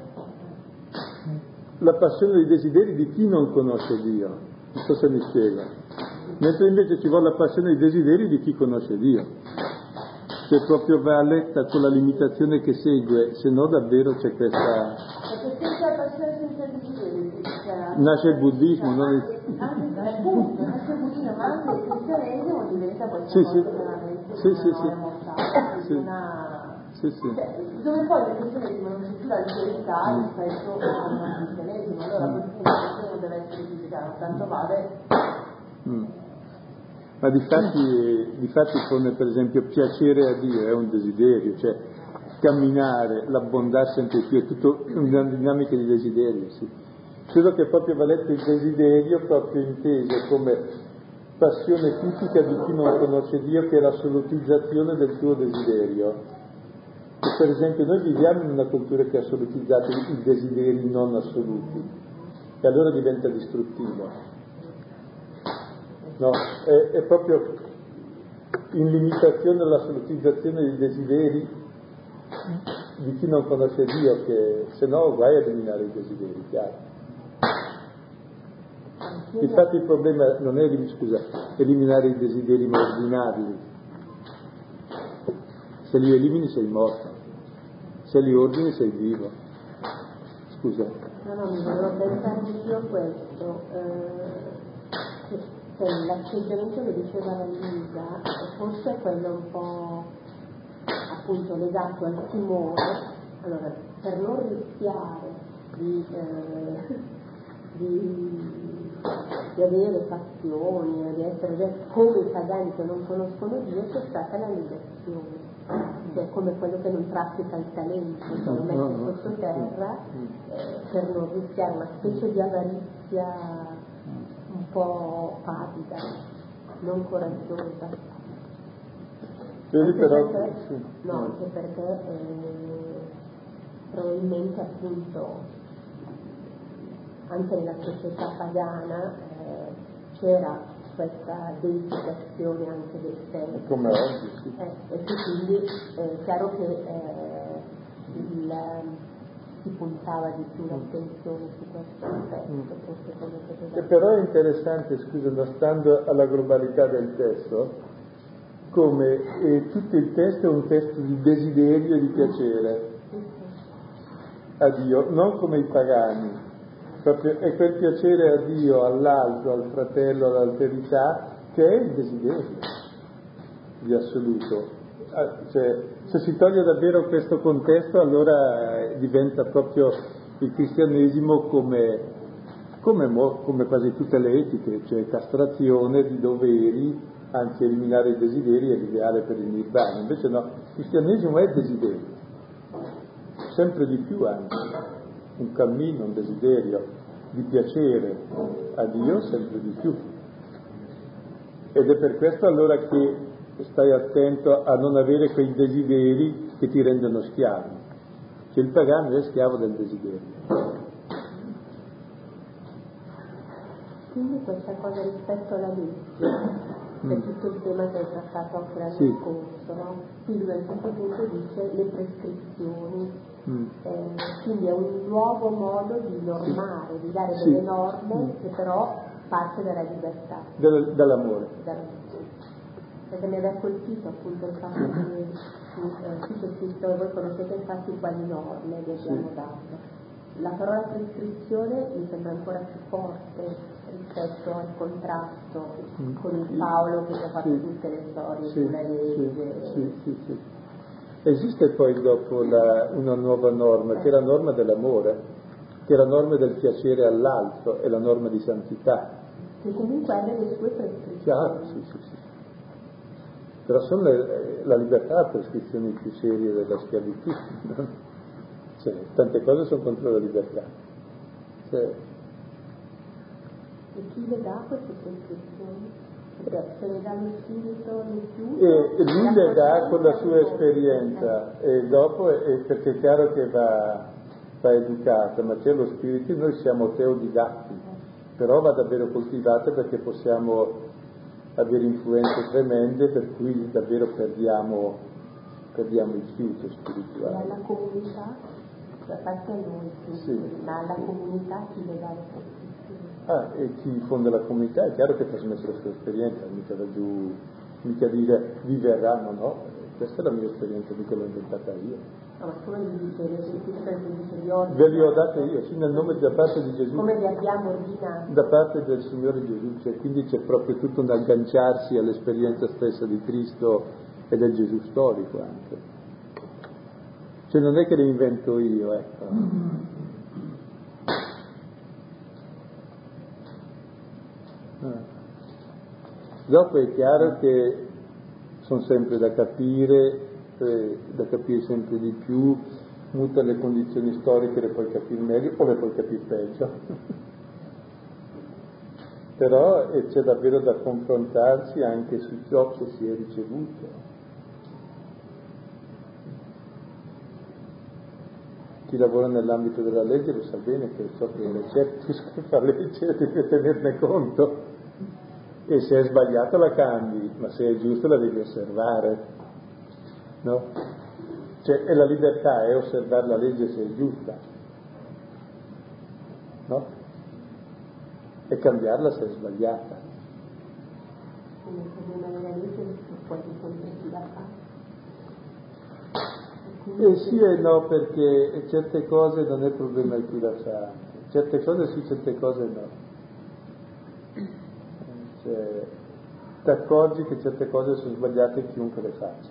la passione dei desideri di chi non conosce Dio, non so se mi spiego, mentre invece ci vuole la passione dei desideri di chi conosce Dio, se proprio va a letta con la limitazione che segue, se no davvero c'è questa... Perché senza la passione, senza il desiderio, nasce il buddismo, non il... appunto, nasce il buddismo, ma anche il cristianesimo diventa qualcosa veramente dove poi il cristianesimo non si la libertà rispetto al cristianesimo, allora a quel punto non deve essere giudicato, tanto vale. Ma difatti pone per esempio piacere a Dio, è un desiderio, cioè camminare, l'abbondare sempre più, è tutto una dinamica di desiderio, sì. Credo che proprio va letto il desiderio proprio inteso come passione tipica di chi non conosce Dio, che è l'assolutizzazione del tuo desiderio. E per esempio noi viviamo in una cultura che ha assolutizzato i desideri non assoluti, e allora diventa distruttivo. No, è proprio in limitazione all'assolutizzazione dei desideri di chi non conosce Dio, che se no vai a eliminare i desideri, chiaro. Infatti il problema non è eliminare i desideri ma ordinarli. Se li elimini sei morto, se li ordini sei vivo. Scusa. No, mi volevo pensare io questo. L'atteggiamento che diceva la Luisa forse è quello un po' appunto legato al timore, allora per non rischiare di avere passioni, di essere come i pagani che non conoscono Dio, c'è stata la negazione, cioè come quello che non pratica il talento, cioè lo mette sottoterra per non rischiare una specie di avarizia un po' pavida, non coraggiosa. Vedi però... Anche perché probabilmente appunto anche nella società pagana c'era questa deificazione anche del sé. Come oggi, sì. E quindi è chiaro che si puntava di più l'attenzione su questo aspetto, forse come che però è interessante, scusa, stando alla globalità del testo, come tutto il testo è un testo di desiderio e di piacere a Dio, non come i pagani, proprio è quel piacere a Dio, all'altro, al fratello, all'alterità, che è il desiderio di assoluto. Cioè, se si toglie davvero questo contesto, allora diventa proprio il cristianesimo come quasi tutte le etiche, cioè castrazione di doveri, anzi eliminare i desideri e l'ideale per il nirvana. Invece no, il cristianesimo è desiderio, sempre di più anche, un cammino, un desiderio di piacere a Dio sempre di più. Ed è per questo allora che stai attento a non avere quei desideri che ti rendono schiavi. Cioè il pagano è schiavo del desiderio. Quindi questa cosa rispetto alla legge, per tutto il tema che hai trattato anche l'anno scorso, no? Qui lui a un certo punto dice le prescrizioni, quindi è un nuovo modo di normare, di dare delle norme che però parte dalla libertà. Dall'amore. Perché mi aveva colpito appunto il fatto che qui c'è scritto, voi conoscete infatti quali norme vi abbiamo dato. La parola prescrizione mi sembra ancora più forte rispetto al contrasto con il Paolo che ci ha fatto tutte le storie sulla legge. Sì. Esiste poi dopo una nuova norma, che è la norma dell'amore, che è la norma del piacere all'altro, è la norma di santità. Che comunque ha delle sue prescrizioni. Chiaro, sì. Però sono la libertà prescrizioni più serie della schiavitù, no? Cioè, tante cose sono contro la libertà. Cioè, E chi le dà queste prescrizioni? Se ne dà lo spirito di più. E lui le dà con la sua esperienza, e dopo perché è chiaro che va educata, ma c'è lo spirito, noi siamo teodidatti, però va davvero coltivata perché possiamo avere influenze tremende per cui davvero perdiamo il fiuto spirituale. E alla comunità, a parte noi, sì, ma alla comunità chi le dà le cose. E chi fonda la comunità è chiaro che ha trasmesso la sua esperienza, mica da giù, mica dire vi verranno, no, questa è la mia esperienza, mica l'ho inventata io. No, ma come vi dice, ve li ho date io, sì, nel nome da parte di Gesù. Come li abbiamo ordinati? Da parte del Signore Gesù, cioè, quindi c'è proprio tutto un agganciarsi all'esperienza stessa di Cristo e del Gesù storico anche. Cioè non è che le invento io, ecco. Dopo è chiaro che sono sempre da capire sempre di più, muta le condizioni storiche, le puoi capire meglio o le puoi capire peggio. Però c'è davvero da confrontarsi anche su ciò che si è ricevuto. Chi lavora nell'ambito della legge lo sa bene che ciò che è certo che fa legge deve tenerne conto. E se è sbagliato la cambi, ma se è giusto la devi osservare, no? Cioè, e la libertà è osservare la legge se è giusta, no? E cambiarla se è sbagliata. Sì e no, perché certe cose non è problema di chi la fa, certe cose sì, certe cose no. Cioè, ti accorgi che certe cose sono sbagliate chiunque le faccia.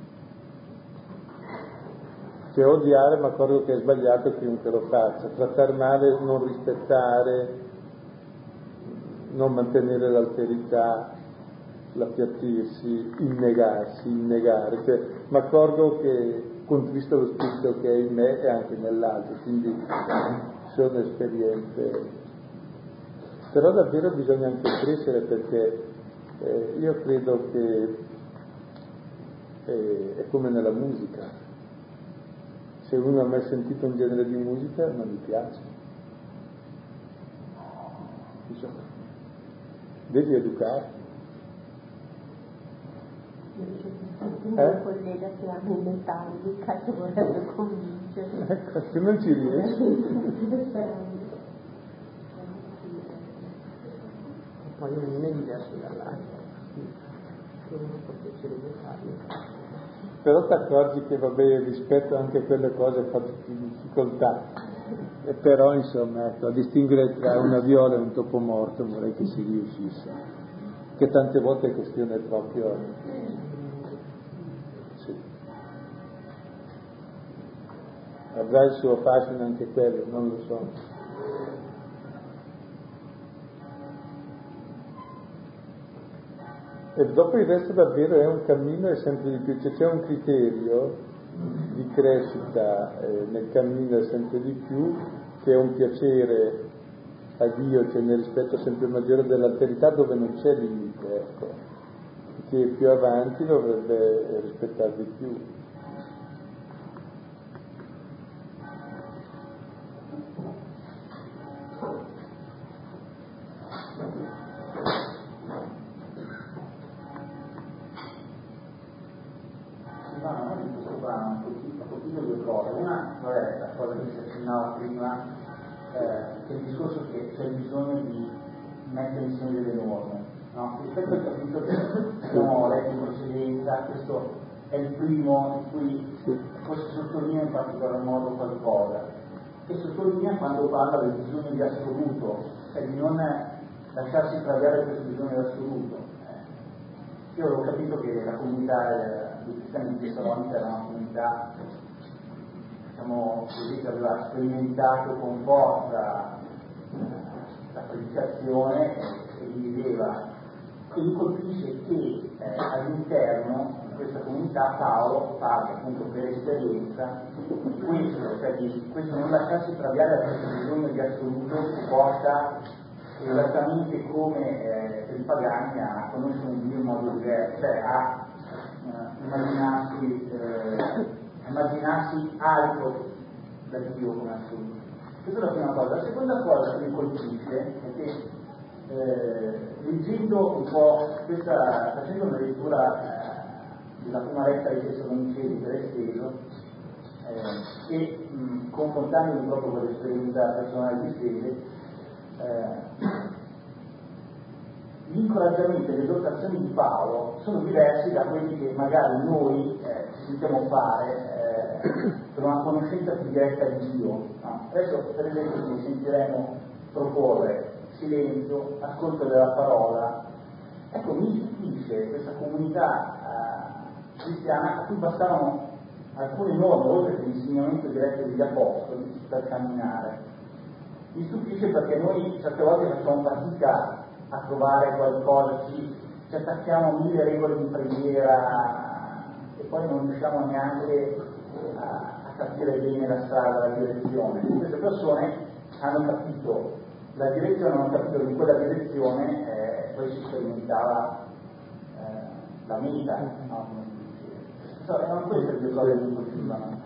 Cioè odiare, ma accorgo che è sbagliato chiunque lo faccia. Trattare male, non rispettare, non mantenere l'alterità, l'appiattirsi, innegare. Cioè, mi accorgo che contristo lo spirito che è in me e anche nell'altro, quindi sono esperienze. Però davvero bisogna anche crescere, perché io credo che è come nella musica. Se uno ha mai sentito un genere di musica non gli piace. Insomma, devi educarti. Un collega che ha in metallica che vorrebbe convincere. Ecco, tu non ci riesci. Poi ognuno è diverso dall'altro, uno può piacere dettaglio. Però ti accorgi che vabbè, rispetto anche a quelle cose faccio più difficoltà. E però insomma, ecco, a distinguere tra una viola e un topo morto vorrei che si riuscisse, che tante volte è questione proprio. Sì. Avrà il suo fascino anche quello, non lo so. E dopo il resto davvero è un cammino e sempre di più, cioè c'è un criterio di crescita nel cammino sempre di più, che è un piacere a Dio, cioè nel rispetto sempre maggiore dell'alterità dove non c'è limite, ecco, che più avanti dovrebbe rispettare di più. Due cose. Una, vabbè, la cosa che si accennava prima, che il discorso che c'è bisogno di mettere insieme delle norme, no? Rispetto al capitolo che abbiamo letto in precedenza, questo è il primo in cui forse sottolinea in particolar modo qualcosa, che sottolinea quando parla del bisogno di assoluto, cioè di non lasciarsi traviare questo bisogno di assoluto. Io avevo capito che la comunità di cristiani di Tessalonica era una comunità, diciamo così, che aveva sperimentato con forza la predicazione e viveva. E mi colpisce che all'interno di questa comunità Paolo parla appunto per esperienza di questo, cioè di questo non lasciarsi traviare da questo bisogno di assoluto che porta esattamente come per i pagani a conoscere un Dio in modo diverso, cioè a immaginarsi altro da Dio come assoluto. Questa è la prima cosa. La seconda cosa che mi colpisce è che leggendo un po' facendo una lettura della prima lettera ai Tessalonicesi per esteso e confrontandomi proprio con l'esperienza personale di fede, gli incoraggiamenti e le esortazioni di Paolo sono diversi da quelli che magari noi ci sentiamo fare per una conoscenza più diretta di Dio. No? Adesso per esempio ci sentiremo proporre silenzio, ascolto della parola. Ecco, mi stupisce questa comunità cristiana a cui bastavano alcune norme, oltre che l'insegnamento diretto degli apostoli, per camminare. Mi stupisce perché noi certe volte facciamo fatica a trovare qualcosa, ci attacchiamo a 1000 regole di preghiera e poi non riusciamo neanche a capire bene la strada, la direzione. Queste persone hanno capito la direzione, hanno capito che in quella direzione poi si sperimentava la meta, no? Erano queste le due cose che mi colpivano.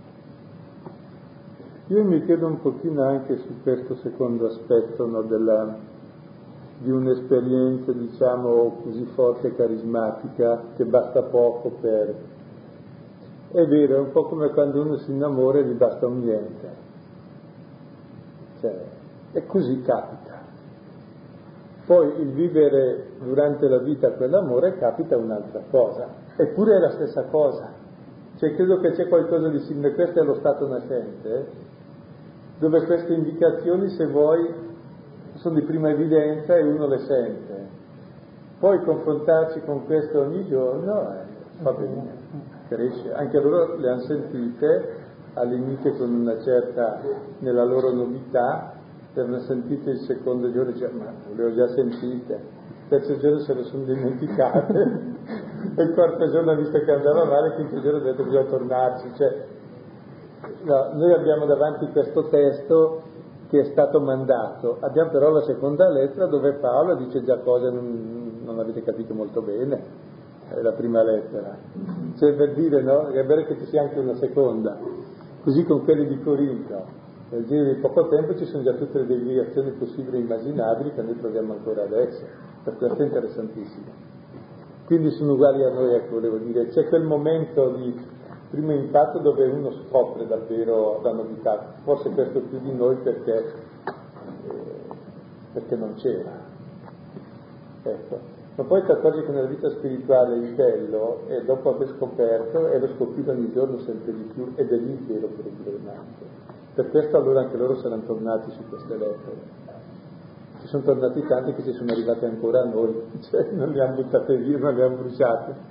Io mi chiedo un pochino anche su questo secondo aspetto, no, di un'esperienza, diciamo, così forte e carismatica che basta poco per... È vero, è un po' come quando uno si innamora e gli basta un niente. Cioè, e così capita. Poi il vivere durante la vita quell'amore capita un'altra cosa, eppure è la stessa cosa. Cioè credo che c'è qualcosa di simile, questo è lo stato nascente, dove queste indicazioni, se vuoi, sono di prima evidenza e uno le sente. Poi confrontarci con questo ogni giorno va bene, cresce. Anche loro le hanno sentite all'inizio con una certa, nella loro novità, le hanno sentite il secondo giorno e dicevano, ma le ho già sentite. Il terzo giorno se le sono dimenticate e il quarto giorno, visto che andava male, il quinto giorno ho detto bisogna tornarci. Cioè, no, noi abbiamo davanti questo testo che è stato mandato, abbiamo però la seconda lettera dove Paolo dice già cose non avete capito molto bene, è la prima lettera, cioè per dire, no, è vero che ci sia anche una seconda, così con quelli di Corinto, nel giro di poco tempo ci sono già tutte le deviazioni possibili e immaginabili che noi troviamo ancora adesso, per questo è interessantissimo. Quindi sono uguali a noi, ecco, volevo dire, c'è quel momento di primo impatto dove uno scopre davvero la novità, forse questo più di noi perché non c'era, ecco. Ma poi ti accorgi che nella vita spirituale il bello è dopo aver scoperto e lo scoprire ogni giorno sempre di più, ed è lì il vero problema. Per questo allora anche loro saranno tornati su queste lettere. Ci sono tornati tanti che ci sono arrivati ancora a noi, cioè non le hanno buttate via, non le hanno bruciate.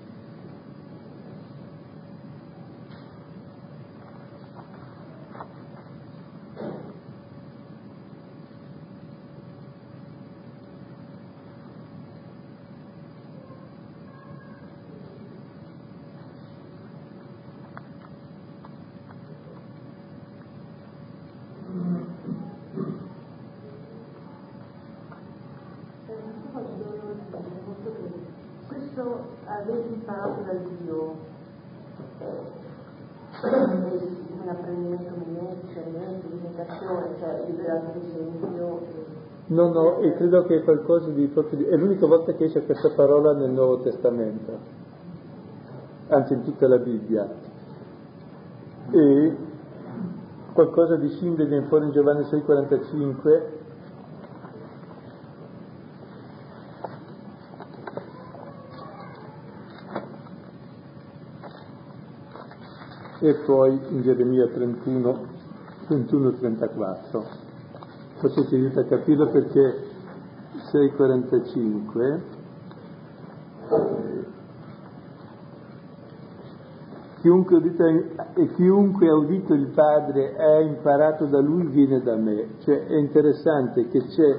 Avete imparato da Dio come apprendimento discernimento, imitazione, cioè liberato di esempio. No, e credo che è qualcosa di proprio è l'unica volta che esce questa parola nel Nuovo Testamento, anzi in tutta la Bibbia, e qualcosa di simile viene fuori in Giovanni 6,45. E poi in Geremia 31-34. Forse ci aiuta a capirlo perché 6,45 chiunque ha udito il Padre e ha imparato da Lui viene da me. Cioè è interessante che c'è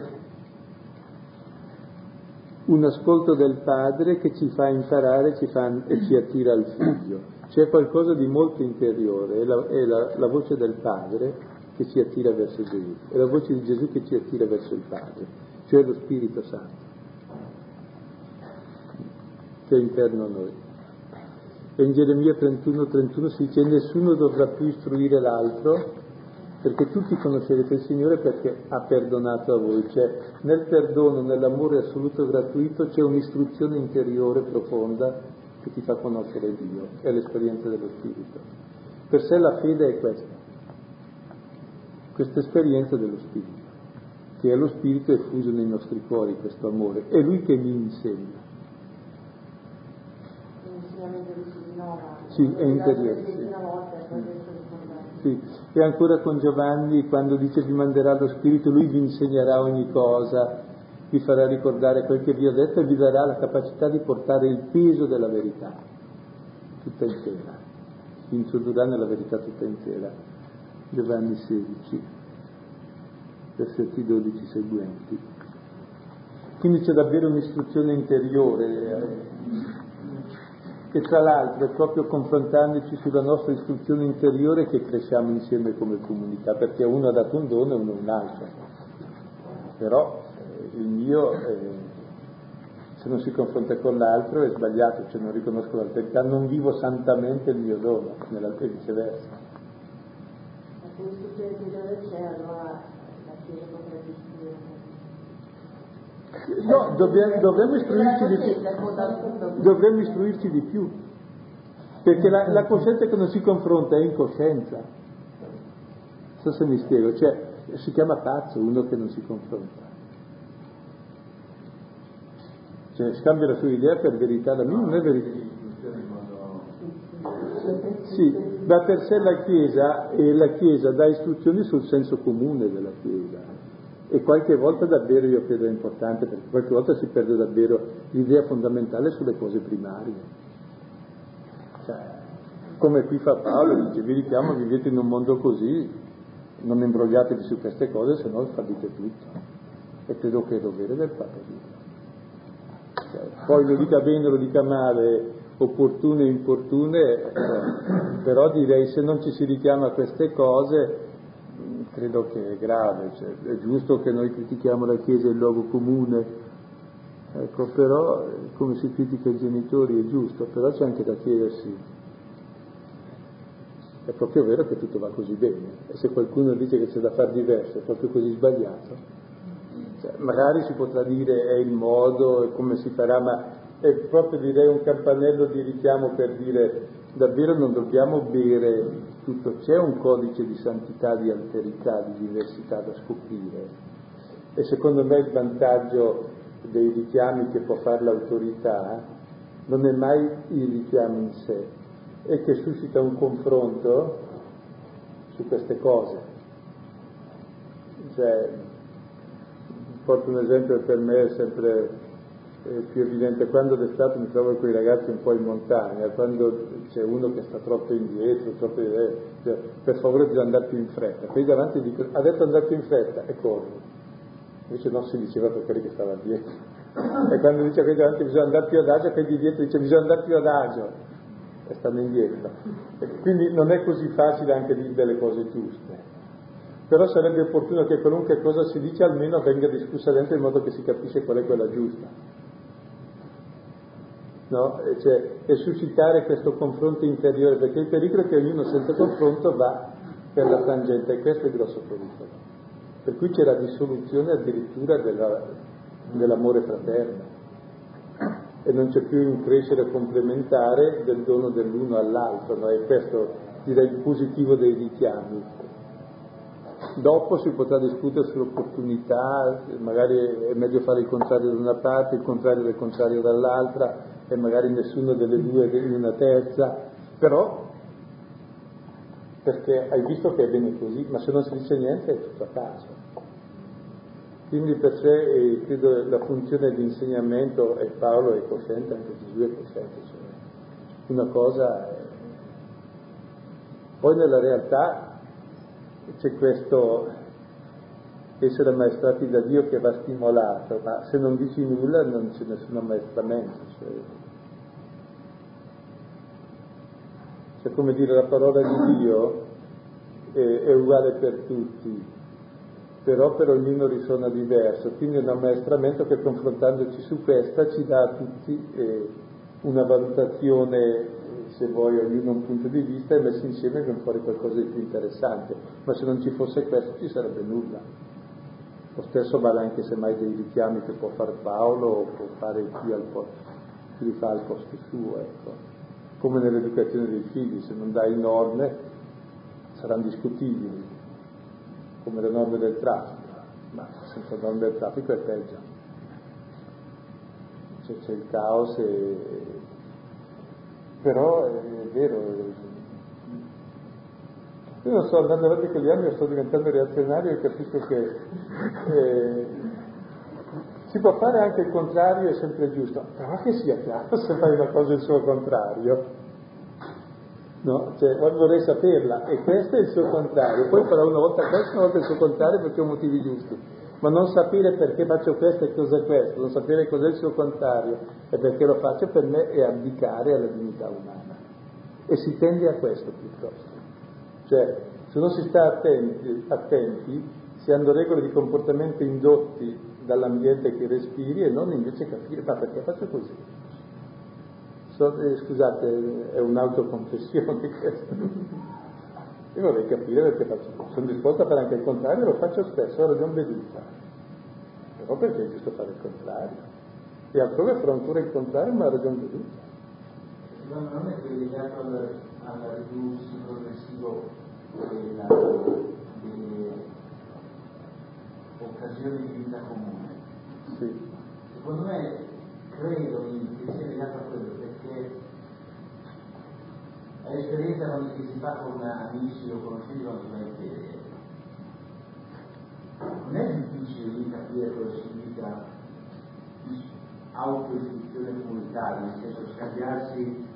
un ascolto del Padre che ci fa imparare e ci attira al Figlio. C'è qualcosa di molto interiore, è la voce del Padre che ci attira verso Gesù, è la voce di Gesù che ci attira verso il Padre, cioè lo Spirito Santo, che è interno a noi. E in Geremia 31:31 si dice: nessuno dovrà più istruire l'altro, perché tutti conoscerete il Signore perché ha perdonato a voi. Cioè, nel perdono, nell'amore assoluto e gratuito c'è un'istruzione interiore profonda che ti fa conoscere Dio, è l'esperienza dello Spirito. Per sé la fede è questa esperienza dello Spirito, che è lo Spirito effuso nei nostri cuori, questo amore. È Lui che mi insegna. L'insegnamento di si rinnova. Sì, è interiore. Sì. E ancora con Giovanni, quando dice vi manderà lo Spirito, Lui vi insegnerà ogni cosa, vi farà ricordare quel che vi ho detto e vi darà la capacità di portare il peso della verità tutta intera, vi introdurrà nella verità tutta intera. Giovanni 16, versetti 12 seguenti. Quindi c'è davvero un'istruzione interiore, e tra l'altro è proprio confrontandoci sulla nostra istruzione interiore che cresciamo insieme come comunità, perché uno ha dato un dono e uno un altro. Però il mio, se non si confronta con l'altro, è sbagliato, cioè non riconosco l'alterità, non vivo santamente il mio dono, e viceversa. Ma se l'istruzione interiore c'è, allora la Chiesa potrebbe istruire. No, dovremmo istruirci di più, perché la coscienza che non si confronta è incoscienza. Non so se mi spiego, cioè si chiama pazzo uno che non si confronta, cioè scambia la sua idea per verità, la mia non è verità. Sì, ma per sé la Chiesa dà istruzioni sul senso comune della Chiesa. E qualche volta davvero io credo è importante, perché qualche volta si perde davvero l'idea fondamentale sulle cose primarie. Cioè, come qui fa Paolo, dice vi richiamo, vivete in un mondo così, non imbrogliatevi su queste cose, se no fallite tutto. E credo che è dovere del Papa dirlo. Cioè, poi lo dica bene, lo dica male, opportune e importune, però direi se non ci si richiama a queste cose credo che è grave, cioè, è giusto che noi critichiamo la Chiesa e il luogo comune, ecco, però come si critica i genitori è giusto, però c'è anche da chiedersi, è proprio vero che tutto va così bene, e se qualcuno dice che c'è da far diverso è proprio così sbagliato, cioè, magari si potrà dire è il modo, è come si farà, ma è proprio direi un campanello di richiamo per dire davvero non dobbiamo bere tutto, c'è un codice di santità, di alterità, di diversità da scoprire, e secondo me il vantaggio dei richiami che può fare l'autorità non è mai il richiamo in sé, è che suscita un confronto su queste cose. Cioè, porto un esempio che per me è sempre più evidente: quando d'estate mi trovo con i ragazzi un po' in montagna, quando c'è uno che sta troppo indietro, per favore bisogna andare più in fretta, poi davanti dico adesso andare più in fretta e corro, invece non si diceva per quelli che stavano dietro, e quando dice che davanti bisogna andare più adagio, poi di dietro dice bisogna andare più adagio e stanno indietro, e quindi non è così facile anche dire delle cose giuste, però sarebbe opportuno che qualunque cosa si dice almeno venga discussa dentro in modo che si capisce qual è quella giusta. No? Cioè, e suscitare questo confronto interiore, perché il pericolo è che ognuno senza confronto va per la tangente, e questo è il grosso pericolo, per cui c'è la dissoluzione addirittura dell'amore fraterno, e non c'è più un crescere complementare del dono dell'uno all'altro, no? E questo direi il positivo dei richiami. Dopo si potrà discutere sull'opportunità, magari è meglio fare il contrario da una parte, il contrario del contrario dall'altra, e magari nessuno delle due in una terza, però perché hai visto che è bene così, ma se non si dice niente è tutto a caso. Quindi per sé credo la funzione di insegnamento, e Paolo è cosciente, anche Gesù è cosciente, cioè una cosa è... Poi nella realtà c'è questo essere ammaestrati da Dio che va stimolato, ma se non dici nulla non c'è nessun ammaestramento, cioè come dire la parola di Dio è uguale per tutti, però per ognuno risuona diverso, quindi è un ammaestramento che, confrontandoci su questa, ci dà a tutti una valutazione, se vuoi, ognuno un punto di vista, e messi insieme viene fuori qualcosa di più interessante. Ma se non ci fosse questo ci sarebbe nulla. Lo stesso vale anche semmai dei richiami che può fare Paolo o può fare chi li fa al posto suo, ecco. Come nell'educazione dei figli, se non dai norme saranno discutibili, come le norme del traffico, ma senza norme del traffico è peggio. C'è il caos, però è vero. Io non so, andando avanti con gli anni sto diventando reazionario e capisco che si può fare anche il contrario, è sempre giusto, però che sia chiaro se fai una cosa il suo contrario. No? Cioè, vorrei saperla, e questo è il suo contrario, poi farò una volta questo, una volta il suo contrario perché ho motivi giusti, ma non sapere perché faccio questo e cos'è questo, non sapere cos'è il suo contrario e perché lo faccio, per me è abdicare alla dignità umana, e si tende a questo piuttosto. Cioè, se non si sta attenti, si hanno regole di comportamento indotti dall'ambiente che respiri e non invece capire, ma perché faccio così? Scusate, è un'autoconfessione questo. Io vorrei capire perché faccio così. Sono disposto a fare anche il contrario, lo faccio spesso, ho ragione veduta. Però perché è giusto fare il contrario? E altrove farò ancora il contrario, ma ho ragione veduta. Secondo me è legato al ridursi progressivo delle occasioni di vita comune. Sì. Secondo me credo che sia legato a quello, perché l'esperienza che si fa con amici o conoscenti quando si va in ferie non è difficile di capire cosa significa autoistruzione comunitaria, nel senso scambiarsi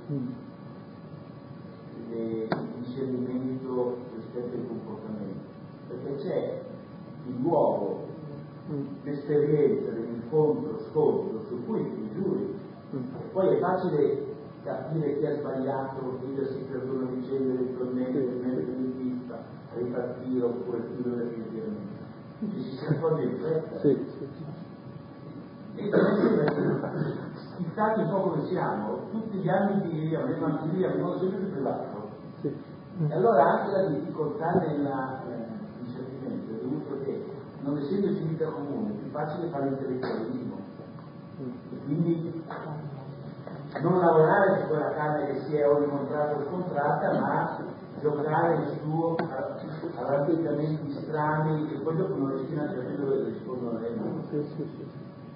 il discernimento rispetto ai comportamenti, perché c'è il luogo, l'esperienza dell'incontro, scontro, su cui ti giuri, e poi è facile capire chi ha sbagliato, chiedersi perdono a vicenda eventualmente, mettere in pista, ripartire oppure chiudere definitivamente. Ci si accorge in fretta. Sì. E i stati un po' come siamo, tutti gli ambiti che viviamo, le famiglie abbiamo sempre più privato. Sì. E allora anche la difficoltà nel discernimento è dovuto che, non essendoci vita comune, è più facile fare intellettualismo. E quindi non lavorare su quella carne che si è o incontrata o scontrata, ma giocare il suo ad atteggiamenti strani che poi dopo non riescono a capire dove rispondono a lei. Sì.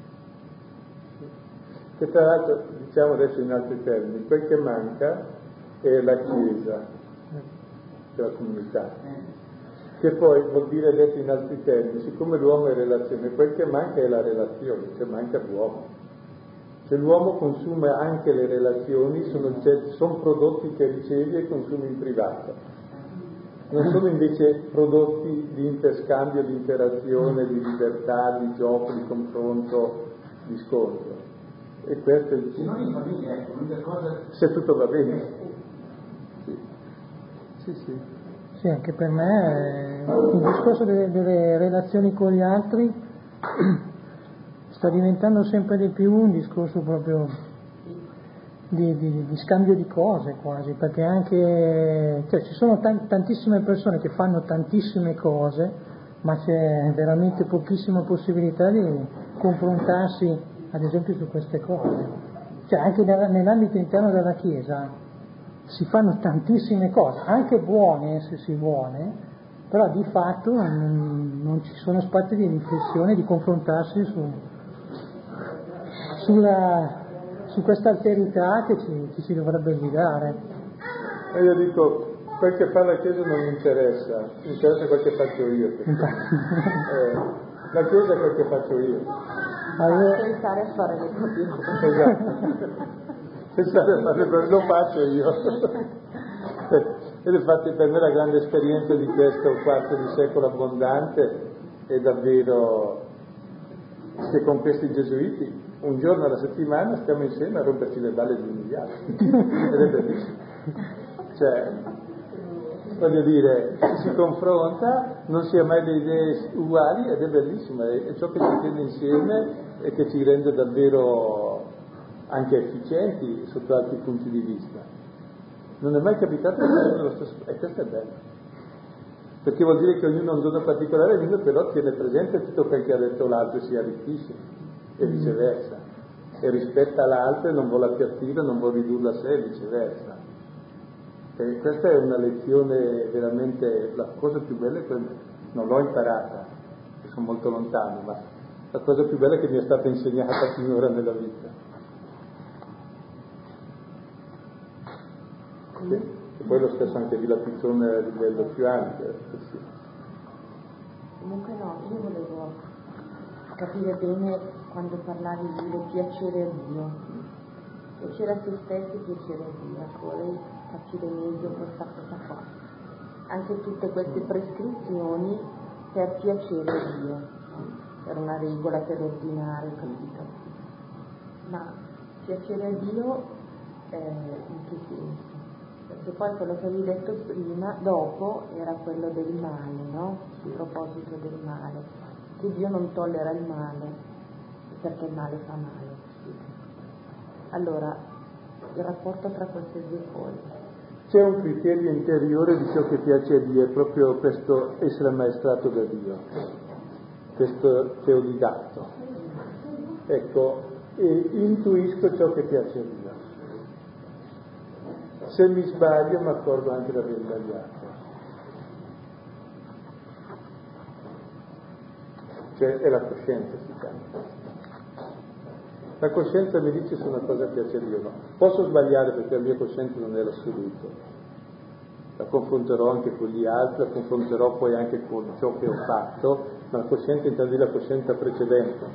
Che tra l'altro, diciamo adesso in altri termini, quel che manca è la Chiesa, la comunità, che poi vuol dire, detto in altri termini, siccome l'uomo è relazione, quel che manca è la relazione, cioè manca l'uomo. Cioè l'uomo consuma anche le relazioni, sono prodotti che ricevi e consumi in privato. Non sono invece prodotti di interscambio, di interazione, di libertà, di gioco, di confronto, di scontro. E questo è il se non in famiglia, ecco, l'unica cosa. Se tutto va bene. Sì. Sì, anche per me il discorso delle relazioni con gli altri sta diventando sempre di più un discorso proprio di scambio di cose quasi, perché anche ci sono tantissime persone che fanno tantissime cose, ma c'è veramente pochissima possibilità di confrontarsi ad esempio su queste cose. Cioè anche nell'ambito interno della Chiesa si fanno tantissime cose, anche buone se si vuole, però di fatto non ci sono spazi di riflessione, di confrontarsi su questa alterità che ci dovrebbe guidare. E io dico, quel che fa la Chiesa non mi interessa quel che faccio io. La Chiesa è quel che faccio io. Pensare a fare le proprie cose. Esatto. Pensare a fare lo faccio io. Ed infatti per me la grande esperienza di questo quarto di secolo abbondante è davvero che con questi gesuiti un giorno alla settimana stiamo insieme a romperci le balle di umiliati. Ed è bellissimo. Cioè, voglio dire, si confronta, non si ha mai le idee uguali ed è bellissimo, è ciò che ci tiene insieme e che ci rende davvero anche efficienti sotto altri punti di vista. Non è mai capitato che ognuno dello stesso, e questo è bello, perché vuol dire che ognuno ha un dono particolare, ognuno però tiene presente tutto quel che ha detto l'altro e si arricchisce, e viceversa, e rispetta l'altro e non vuole appiattire, non vuole ridurlo a sé, e viceversa. E questa è una lezione veramente, la cosa più bella è quella, non l'ho imparata, sono molto lontano, ma la cosa più bella che mi è stata insegnata finora nella vita. Sì. E poi lo stesso anche di la pitone a livello più ampio. Sì. Comunque no, io volevo capire bene quando parlavi del piacere a Dio. Piacere a se stessi, piacere a Dio. Vorrei capire meglio questa cosa qua. Anche tutte queste prescrizioni per piacere a Dio, per una regola, per ordinare, capito? Ma piacere a Dio in che senso? Perché poi quello che avevi detto prima, dopo, era quello del male, no? Il proposito del male, che Dio non tollera il male, perché il male fa male. Allora, il rapporto tra queste due cose. C'è un criterio interiore di ciò che piace a Dio, è proprio questo essere ammaestrato da Dio, questo teodidatto. Ecco, e intuisco ciò che piace a Dio. Se mi sbaglio mi accorgo anche di aver sbagliato. Cioè è la coscienza, si chiama. La coscienza mi dice se una cosa piace a Dio o no. Posso sbagliare perché la mia coscienza non è l'assoluto. La confronterò anche con gli altri, la confronterò poi anche con ciò che ho fatto, ma la coscienza intende la coscienza precedente.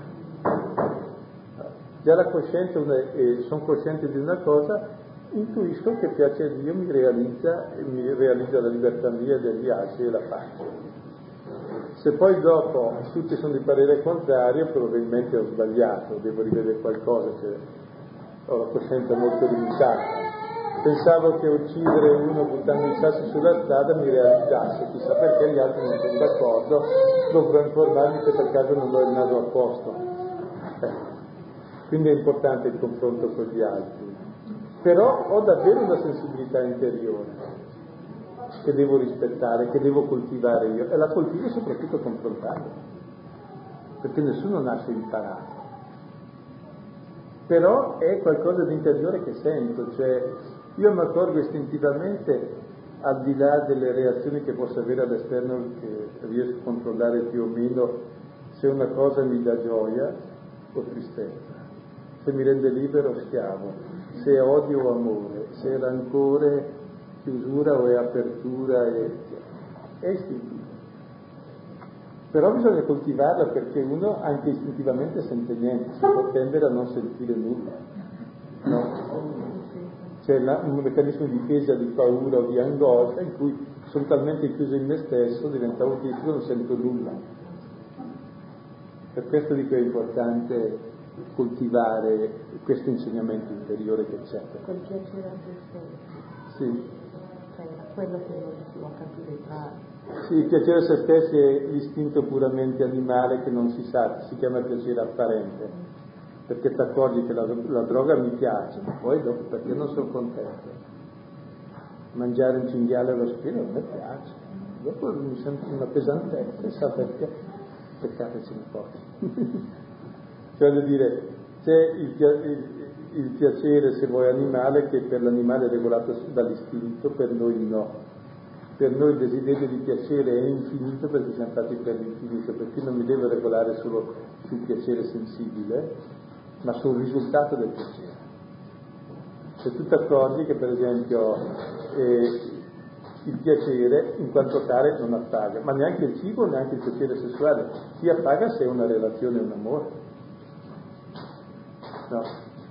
Già la coscienza, sono cosciente di una cosa, intuisco che piace a Dio, mi realizza la libertà mia e degli altri e la faccio. Se poi dopo tutti sono di parere contrario, probabilmente ho sbagliato, devo rivedere qualcosa, cioè ho la coscienza molto limitata. Pensavo che uccidere uno buttando i sassi sulla strada mi realizzasse, chissà perché gli altri non sono d'accordo, dovrò informarmi se per caso non ho il naso a posto. Quindi è importante il confronto con gli altri. Però ho davvero una sensibilità interiore che devo rispettare, che devo coltivare io, e la coltivo soprattutto confrontando, perché nessuno nasce imparato. Però è qualcosa di interiore che sento, cioè io mi accorgo istintivamente, al di là delle reazioni che posso avere all'esterno, che riesco a controllare più o meno, se una cosa mi dà gioia o tristezza, se mi rende libero o schiavo, se è odio o amore, se è rancore, chiusura o è apertura, è istintivo. Però bisogna coltivarla, perché uno anche istintivamente sente niente, si può tendere a non sentire nulla, no? C'è un meccanismo di difesa, di paura o di angoscia in cui sono talmente chiuso in me stesso, diventa autistico, non sento nulla. Per questo dico è importante coltivare questo insegnamento interiore che c'è. Quel piacere a se stessi. Sì. Cioè, quello che non riuscivo a capire tra... Sì, il piacere a se stessi è l'istinto puramente animale che non si sa, si chiama piacere apparente, perché ti accorgi che la droga mi piace, ma poi dopo perché non sono contento. Mangiare un cinghiale allo spino non mi piace, dopo mi sento una pesantezza, e sa perché? Peccato ce ne pochi. Cioè, voglio dire, c'è il piacere, se vuoi, animale, che per l'animale è regolato dall'istinto, per noi no. Per noi il desiderio di piacere è infinito, perché siamo fatti per l'infinito, per cui non mi devo regolare solo sul piacere sensibile, ma sul risultato del piacere. Se tu ti accorgi che, per esempio, il piacere in quanto tale non appaga, ma neanche il cibo, neanche il piacere sessuale, si appaga se è una relazione, un amore. No.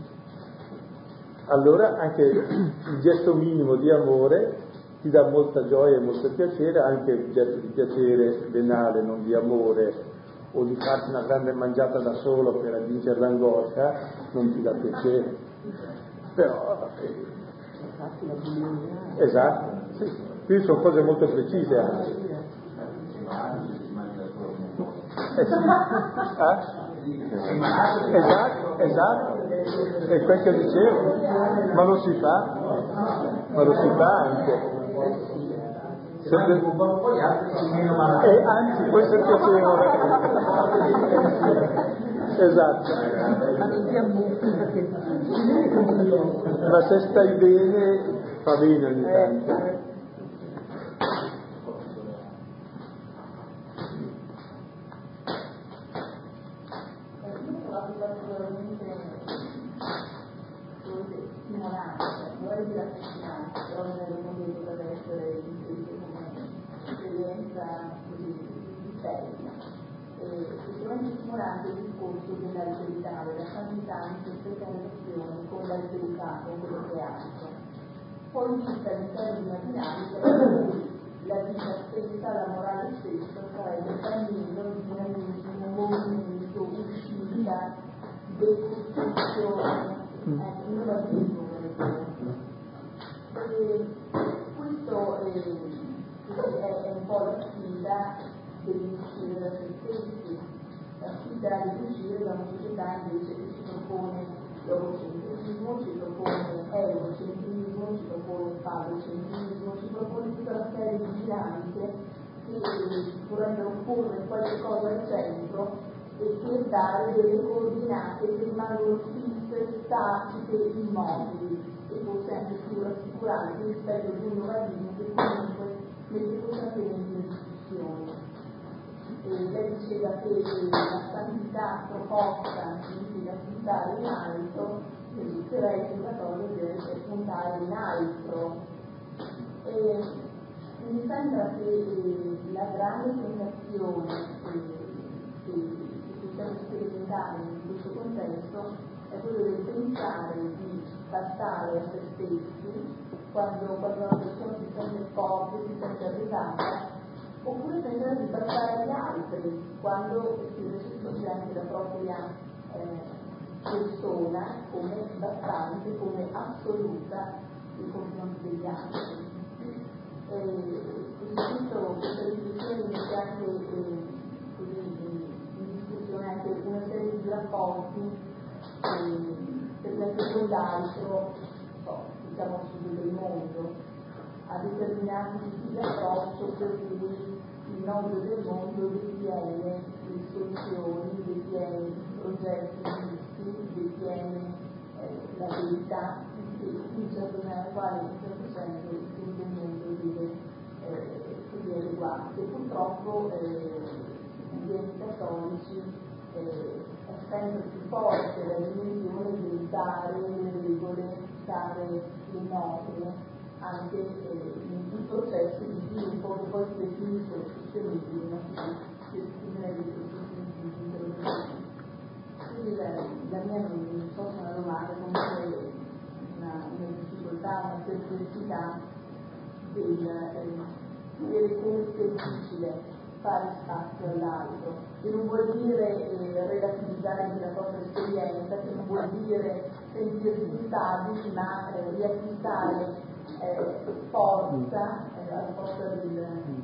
Allora anche il gesto minimo di amore ti dà molta gioia e molto piacere, anche il gesto di piacere venale, non di amore, o di farti una grande mangiata da solo per vincere l'angoscia, non ti dà piacere. Però esatto, sì. Quindi sono cose molto precise anche. Esatto, è quel che dicevo, ma lo si fa anche. E anzi, poi se piacevole. Esatto. Ma se stai bene, fa bene ogni tanto. Stimolante il discorso dell'alterità, della santità in queste relazioni con l'alterità, con quello che è altro. Poi vista all'interno di una dinamica in cui la vita stessa, la morale stessa sarebbe il cammino di un movimento, uscita, decostruzione, innovativo. Questo è un po' la sfida dell'uscire da se stessi, la sfida di uscire da una società invece che ci propone l'egocentrismo, ci propone egocentrismo, ci propone fallocentrismo, ci propone tutta una serie di dinamiche che vorrebbero porre qualche cosa al centro e per dare delle coordinate che rimangono fisse, statiche, immobili e forse anche più rassicuranti rispetto ad un innovatismo che comunque mette costantemente in discussione. Lei diceva che la santità proposta significa puntare in alto, e inizierei sulla cosa di puntare in alto. Mi sembra che la grande tentazione che possiamo sperimentare in questo contesto è quello di pensare di passare a se stessi quando una persona si sente forte, si sente arrivata, oppure pensare di passare agli altri quando si restituisce anche la propria persona come bastante, come assoluta nei confronti degli altri. Questa riflessione mette anche in discussione anche una serie di rapporti perché con l'altro, diciamo sul del mondo, a determinati tipi di approccio per cui il nodo del mondo detiene le soluzioni, detiene i progetti giusti, detiene la verità, e in certo nella quale in certo senso il mondo deve adeguarsi. E purtroppo gli enti cattolici è sempre più forte la dimensione di dare le regole, dare le norme anche in processi di sviluppo che poi si definiscono sostenibili, ma si definiscono di quindi la mia non so se è una domanda, comunque una difficoltà, una perplessità del vedere come sia difficile fare spazio all'altro, che non vuol dire relativizzare anche la propria esperienza, che non vuol dire sentirsi instabili, ma riacquistare forza alla forza del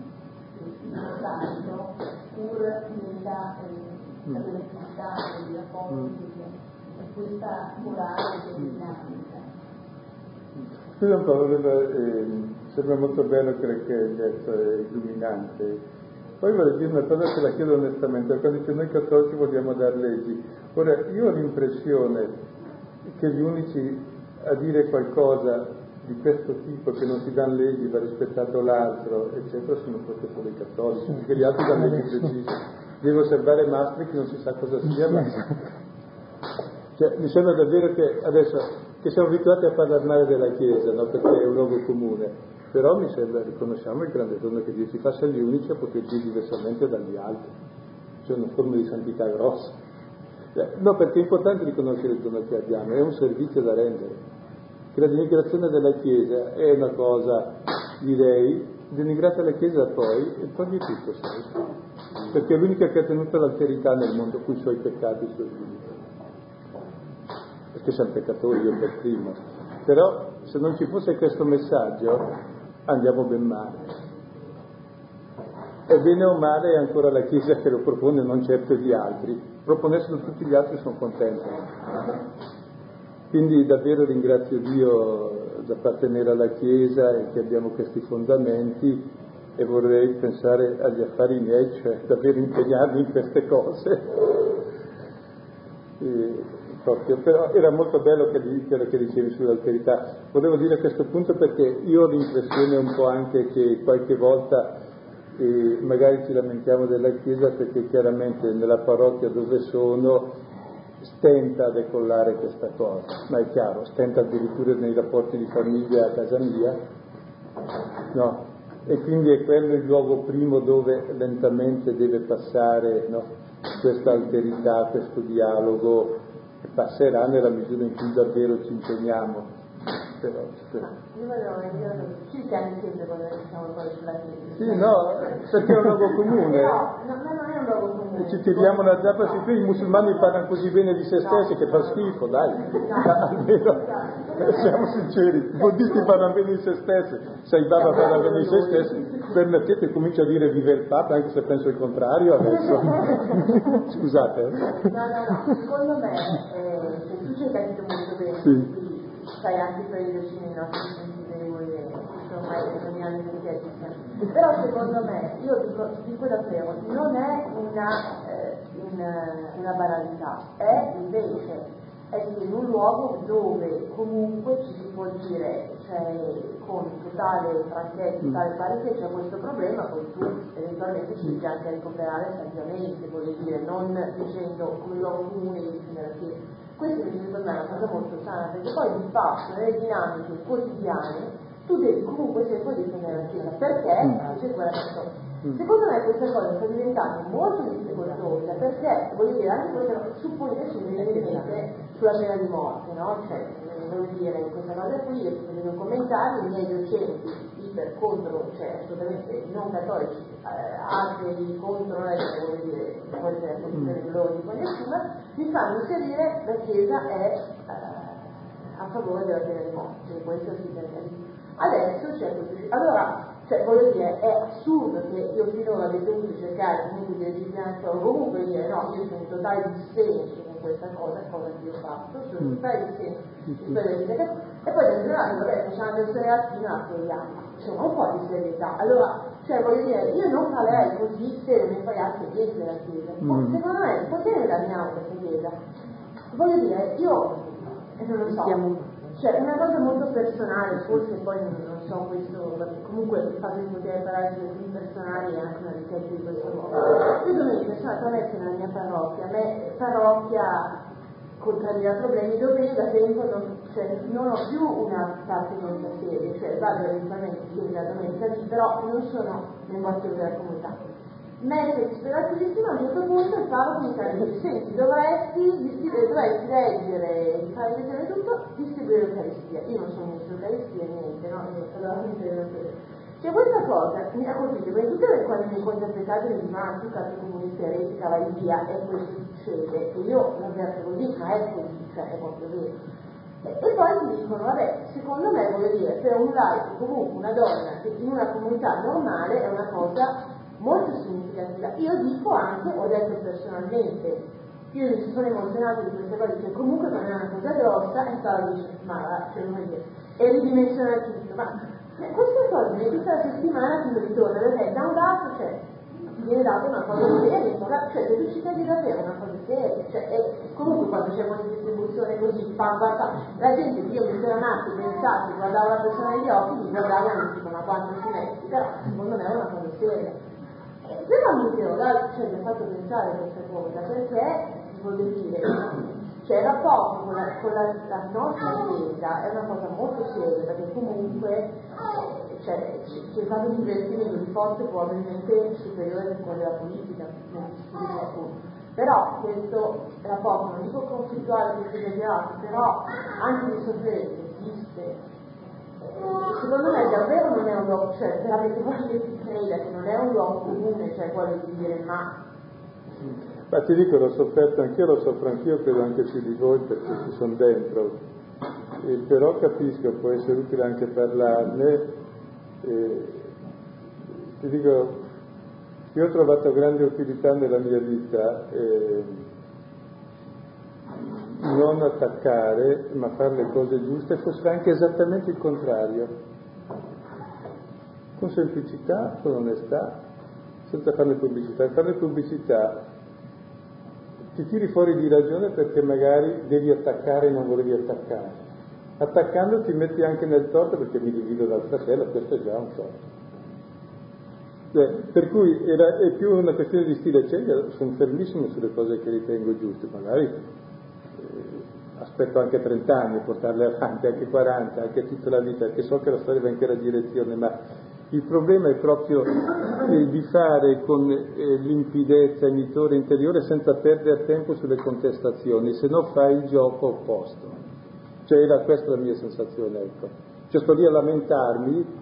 santo, pur nella relatività dei rapporti e questa morale dinamica. Scusa un po', sembra molto bello quello che hai detto, è illuminante. Poi voglio dire una cosa, se la chiedo onestamente, quando dice noi cattolici vogliamo dare leggi. Ora, io ho l'impressione che gli unici a dire qualcosa di questo tipo, che non si danno leggi, va rispettato l'altro, eccetera, sono proprio solo i cattolici, perché gli altri danno leggi precise. Devo osservare Maastricht, che non si sa cosa sia, ma... Cioè, mi sembra davvero che adesso, che siamo abituati a parlare male della Chiesa, no? Perché è un luogo comune, però mi sembra, riconosciamo il grande dono che Dio ci fa, essere gli unici a poter dire diversamente dagli altri. C'è una forma di santità grossa. No, perché è importante riconoscere il dono che abbiamo, è un servizio da rendere. Che la denigrazione della Chiesa è una cosa, direi, denigrata la Chiesa poi toglie tutto senso, perché è l'unica che ha tenuto l'alterità nel mondo con i suoi peccati, i suoi limiti. Perché siamo peccatori, io per primo. Però se non ci fosse questo messaggio, andiamo ben male. E bene o male è ancora la Chiesa che lo propone, non certo gli altri. Proponessero tutti gli altri sono contento. Quindi davvero ringrazio Dio di appartenere alla Chiesa e che abbiamo questi fondamenti, e vorrei pensare agli affari miei, cioè davvero impegnarmi in queste cose. Però era molto bello quello che dicevi sull'alterità. Volevo dire a questo punto perché io ho l'impressione un po' anche che qualche volta magari ci lamentiamo della Chiesa perché chiaramente nella parrocchia dove sono stenta a decollare questa cosa, ma è chiaro, stenta addirittura nei rapporti di famiglia a casa mia, no? E quindi è quello il luogo primo dove lentamente deve passare, no? Questa alterità, questo dialogo, che passerà nella misura in cui davvero ci impegniamo. Però, io volevo dire, ci tieni sempre quando diciamo poi sulla Chiesa. Sì, no, perché è un luogo comune. No, non è un luogo comune. Ci tiriamo la zappa sui piedi, i musulmani parlano così bene di se stessi che fa schifo, dai. Almeno siamo sinceri, i buddisti parlano bene di se stessi, se i Baba parlano bene di se stessi, permettete comincia a dire vive il Papa, anche se penso il contrario adesso. Scusate. No, secondo me, tu ci hai capito molto bene. Sì. Sai anche prenderci nei nostri sensibili che sono mai ogni anno in chiesa. Però secondo me, io dico davvero, non è una banalità, è invece essere in un luogo dove comunque ci si può dire, cioè con totale franchezza, totale parità, c'è questo problema, poi tu eventualmente ci devi anche recuperare saggamente, voglio dire, non dicendo come luogo comune di difendere la Chiesa. Questo secondo me è una cosa molto sana, perché poi di fatto nelle dinamiche quotidiane tu devi comunque sempre difendere la Chiesa, perché c'è quella persona. Secondo me questa cosa sta diventando molto difficoltosa, perché voglio dire, anche questa supponete evidentemente sulla pena di morte, no? Cioè, voglio dire, questa cosa qui, io sto facendo un commentario, i miei docenti iper contro, cioè assolutamente non cattolici, altri contro, voglio dire, può essere la posizione loro di nessuna, mi fanno inserire la Chiesa è a favore della pena di morte, questo sì perché adesso c'è questo. Allora, cioè, voglio dire, è assurdo che io finora abbia dovuto cercare comunque di legittimarsi o comunque dire no, io sono in totale dissenso con questa cosa che io ho fatto, sono in totale dissenso e poi del giorno vabbè, facciamo la versione latina, la togliamo, c'è un po' di serietà. Allora, cioè, voglio dire, io non farei così se non mi fai anche niente della Chiesa. Secondo me, perché ne danniamo questa Chiesa? Voglio dire, io non lo so. Cioè, è una cosa molto personale, forse poi non so questo, comunque il fatto di poter parlare di questioni personali è anche una ricchezza di questo modo. Io domenica sono andata a mettere nella mia parrocchia con 3.000 problemi, dove io da tempo non ho più una appartenenza seria, cioè vado eventualmente sì la domenica lì, però non sono nel morto della comunità. Mentre disperatissimo a un certo punto il parroco mi dice senti, dovresti leggere, fare leggere tutto, distribuire l'Eucaristia. Io non sono in Eucaristia, niente, no? Allora mi credo che cioè questa cosa mi ha colpito, perché tutte le quali mi interpretate mi dicono tu capo comunista eretica vai via e questo succede, e io l'avverto così, ma è così, cioè è proprio vero. E poi ti dicono, vabbè, secondo me voglio dire, per un laico, comunque una donna che in una comunità normale è una cosa molto significativa. Io dico anche, ho detto personalmente, io mi sono emozionata di queste cose, cioè comunque non è una cosa grossa, e stavo dicendo, ma cioè come dire, e ridimensionare tutto, ma queste cose tutta la settimana ti ritorna, perché da un lato cioè ti viene data una cosa seria, cioè se tu ci credi davvero una cosa seria, cioè e comunque quando c'è una distribuzione così, la gente io mi sono amati, pensati, guardavo la persona negli occhi, mi guardavano e mi dicono ma quanto si metti, però secondo me è una cosa seria. Però mi interrogare, cioè mi ha fatto pensare a questa cosa, perché voglio dire, cioè il rapporto con la nostra Chiesa è una cosa molto seria, perché comunque cioè, c'è stato un investimento di forze probabilmente superiore a quello della politica, però questo rapporto, non dico conflittuale perché esagerato, però anche di sofferenza esiste. Secondo me davvero non è un luogo, cioè veramente quello che si creda che non è un luogo comune, cioè quello di dire ma ti dico, l'ho sofferto anch'io, lo soffro anch'io, credo anche più di voi perché ci sono dentro, però capisco, può essere utile anche parlarne, Ti dico, io ho trovato grande utilità nella mia vita non attaccare, ma fare le cose giuste, fosse anche esattamente il contrario, con semplicità, con onestà, senza farne pubblicità. Farne pubblicità ti tiri fuori di ragione perché magari devi attaccare e non volevi attaccare. Attaccando ti metti anche nel torto perché mi divido dal fratello, questo è già un torto. Per cui è più una questione di stile, io sono fermissimo sulle cose che ritengo giuste, magari aspetto anche 30 anni a portarle avanti, anche 40, anche tutta la vita, perché so che la storia va in quella direzione, ma il problema è proprio di fare con limpidezza, imitore interiore, senza perdere tempo sulle contestazioni, se no fai il gioco opposto. Cioè era questa la mia sensazione, ecco. Cioè sto lì a lamentarmi.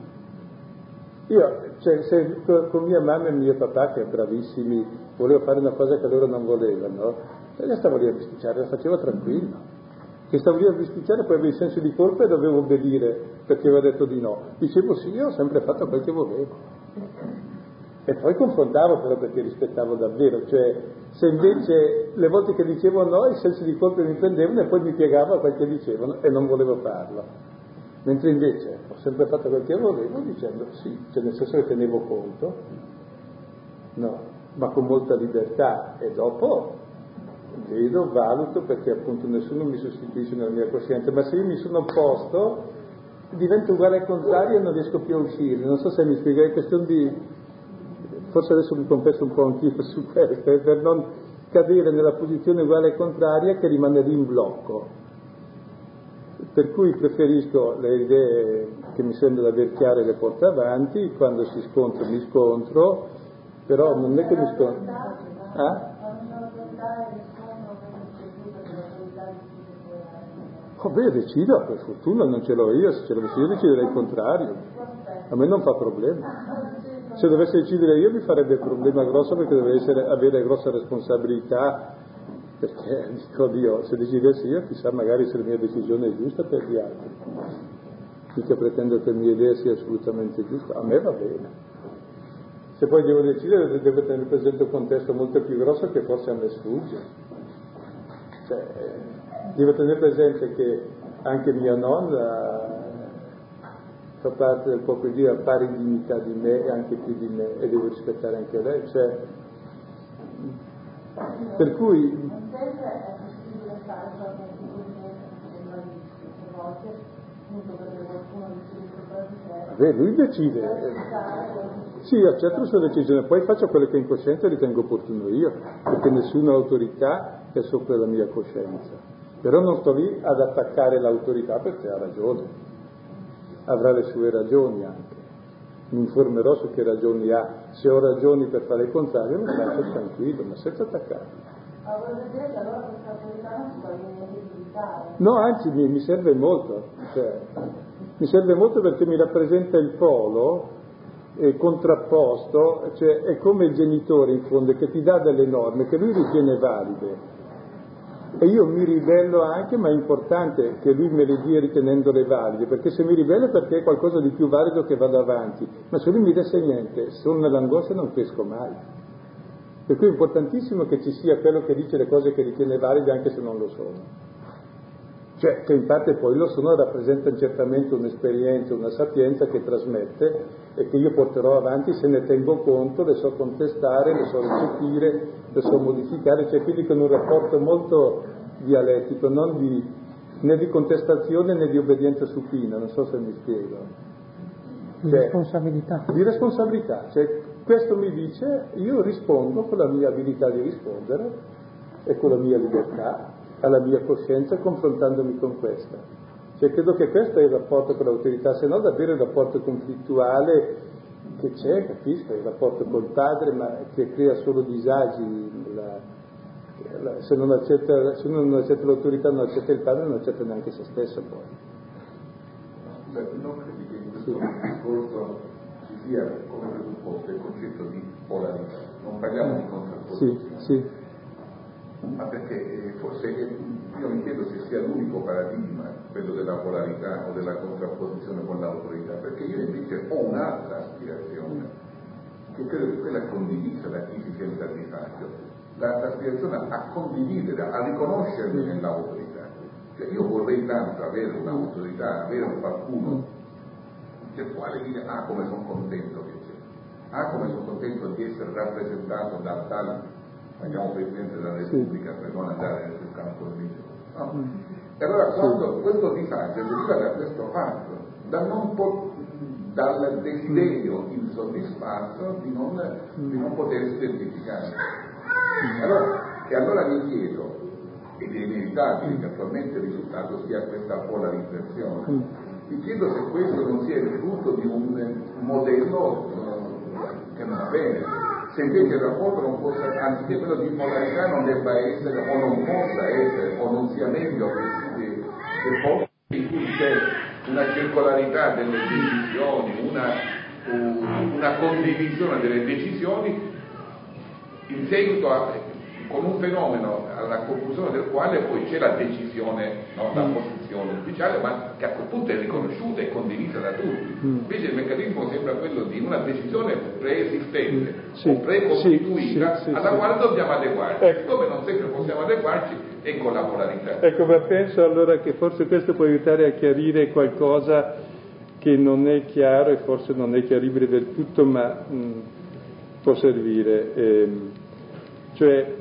Se con mia mamma e mio papà, che bravissimi, volevo fare una cosa che loro non volevano, io stavo lì a bisticciare, la facevo tranquillo. Che stavo lì a bisticciare, poi avevo il senso di colpa e dovevo obbedire perché avevo detto di no. Dicevo sì, io ho sempre fatto quel che volevo. E poi confrontavo però perché rispettavo davvero, cioè se invece le volte che dicevo no il senso di colpa mi prendevano e poi mi piegavo a quel che dicevano e non volevo farlo. Mentre invece ho sempre fatto quel che volevo dicendo sì, cioè nel senso che tenevo conto, no, ma con molta libertà, e dopo vedo, valuto, perché appunto nessuno mi sostituisce nella mia coscienza, ma se io mi sono opposto divento uguale al contrario e non riesco più a uscire. Non so se mi spiego, è questione di, forse adesso mi confesso un po' anch'io su questo, per non cadere nella posizione uguale al contraria che rimane lì in blocco. Per cui preferisco le idee che mi sembra di aver chiare, le porto avanti, quando si scontro mi scontro, però non è che mi scontro. Decido, per fortuna non ce l'ho io, se ce l'avessi io deciderei il contrario, a me non fa problema. Se dovessi decidere io mi farebbe problema grosso perché dovrei avere grossa responsabilità, perché dico Dio, se decidessi io chissà magari se la mia decisione è giusta per gli altri, mica pretendo che la mia idea sia assolutamente giusta, a me va bene. Se poi devo decidere devo tenere presente un contesto molto più grosso che forse a me sfugge, cioè, devo tenere presente che anche mia nonna fa parte del popolo di Dio a pari dignità di me e anche più di me, e devo rispettare anche lei, cioè, per cui non sempre è possibile fare ciò che sembra di volte, appunto perché qualcuno decide sopra di te. Lui decide. Sì, accetto la sua decisione, poi faccio quello che in coscienza ritengo opportuno io, perché nessuna autorità è sopra la mia coscienza. Però non sto lì ad attaccare l'autorità perché ha ragione, avrà le sue ragioni anche. Mi informerò su che ragioni ha, se ho ragioni per fare il contrario lo faccio tranquillo, ma senza attaccare. Ma voglio dire che allora questa autorità non si può niente giudicare. No, anzi mi serve molto, cioè, mi serve molto perché mi rappresenta il polo contrapposto, cioè è come il genitore in fondo che ti dà delle norme che lui ritiene valide e io mi ribello anche, ma è importante che lui me le dia ritenendole valide, perché se mi ribello è perché è qualcosa di più valido che vado avanti, ma se lui mi desse niente, sono nell'angoscia e non cresco mai. Per cui è importantissimo che ci sia quello che dice le cose che ritiene valide anche se non lo sono. Cioè, che in parte poi lo sono, rappresentano certamente un'esperienza, una sapienza che trasmette e che io porterò avanti se ne tengo conto, le so contestare, le so recepire, le so modificare, cioè quindi con un rapporto molto dialettico, non né di contestazione né di obbedienza supina, non so se mi spiego. Di responsabilità. Di responsabilità, cioè questo mi dice, io rispondo con la mia abilità di rispondere e con la mia libertà alla mia coscienza confrontandomi con questa. Cioè credo che questo è il rapporto con l'autorità, se no davvero il rapporto conflittuale che c'è, capisco, il rapporto col padre, ma che crea solo disagi, se uno non accetta l'autorità, non accetta il padre, non accetta neanche se stesso poi. Scusa, non credi che in questo discorso ci sia come presupposto il concetto di polarità? Non parliamo di contrapposizione. Sì. Ma perché forse io mi chiedo se sia l'unico paradigma, quello concetto della polarità o della contrapposizione con l'autorità, perché io invece ho un'altra aspirazione, che credo che quella è condivisa da chi si sente a disagio, l'aspirazione a condividere, a riconoscermi nell'autorità. Cioè io vorrei tanto avere un'autorità, avere qualcuno del quale dire come sono contento che c'è, come sono contento di essere rappresentato da tal, facciamo Presidente della Repubblica per non andare sul campo del liceo. No? E allora quando questo disagio deriva da questo fatto, dal desiderio insoddisfatto di non potersi identificare. E allora mi chiedo, ed è inevitabile che attualmente il risultato sia questa polarizzazione, mi chiedo se questo non sia il frutto di un modello che non va bene, se invece il rapporto non possa, anziché quello di polarità, non debba essere o non possa essere o non sia meglio che possa, in cui c'è una circolarità delle decisioni, una condivisione delle decisioni in seguito con un fenomeno alla conclusione del quale poi c'è la decisione, no, la posizione ufficiale, ma che a quel punto è riconosciuta e condivisa da tutti. Invece il meccanismo sembra quello di una decisione preesistente o precostituita alla quale dobbiamo adeguarci. Siccome non sempre possiamo adeguarci, ecco la polarità. Ecco, ma penso allora che forse questo può aiutare a chiarire qualcosa che non è chiaro e forse non è chiaribile del tutto, ma può servire. Cioè,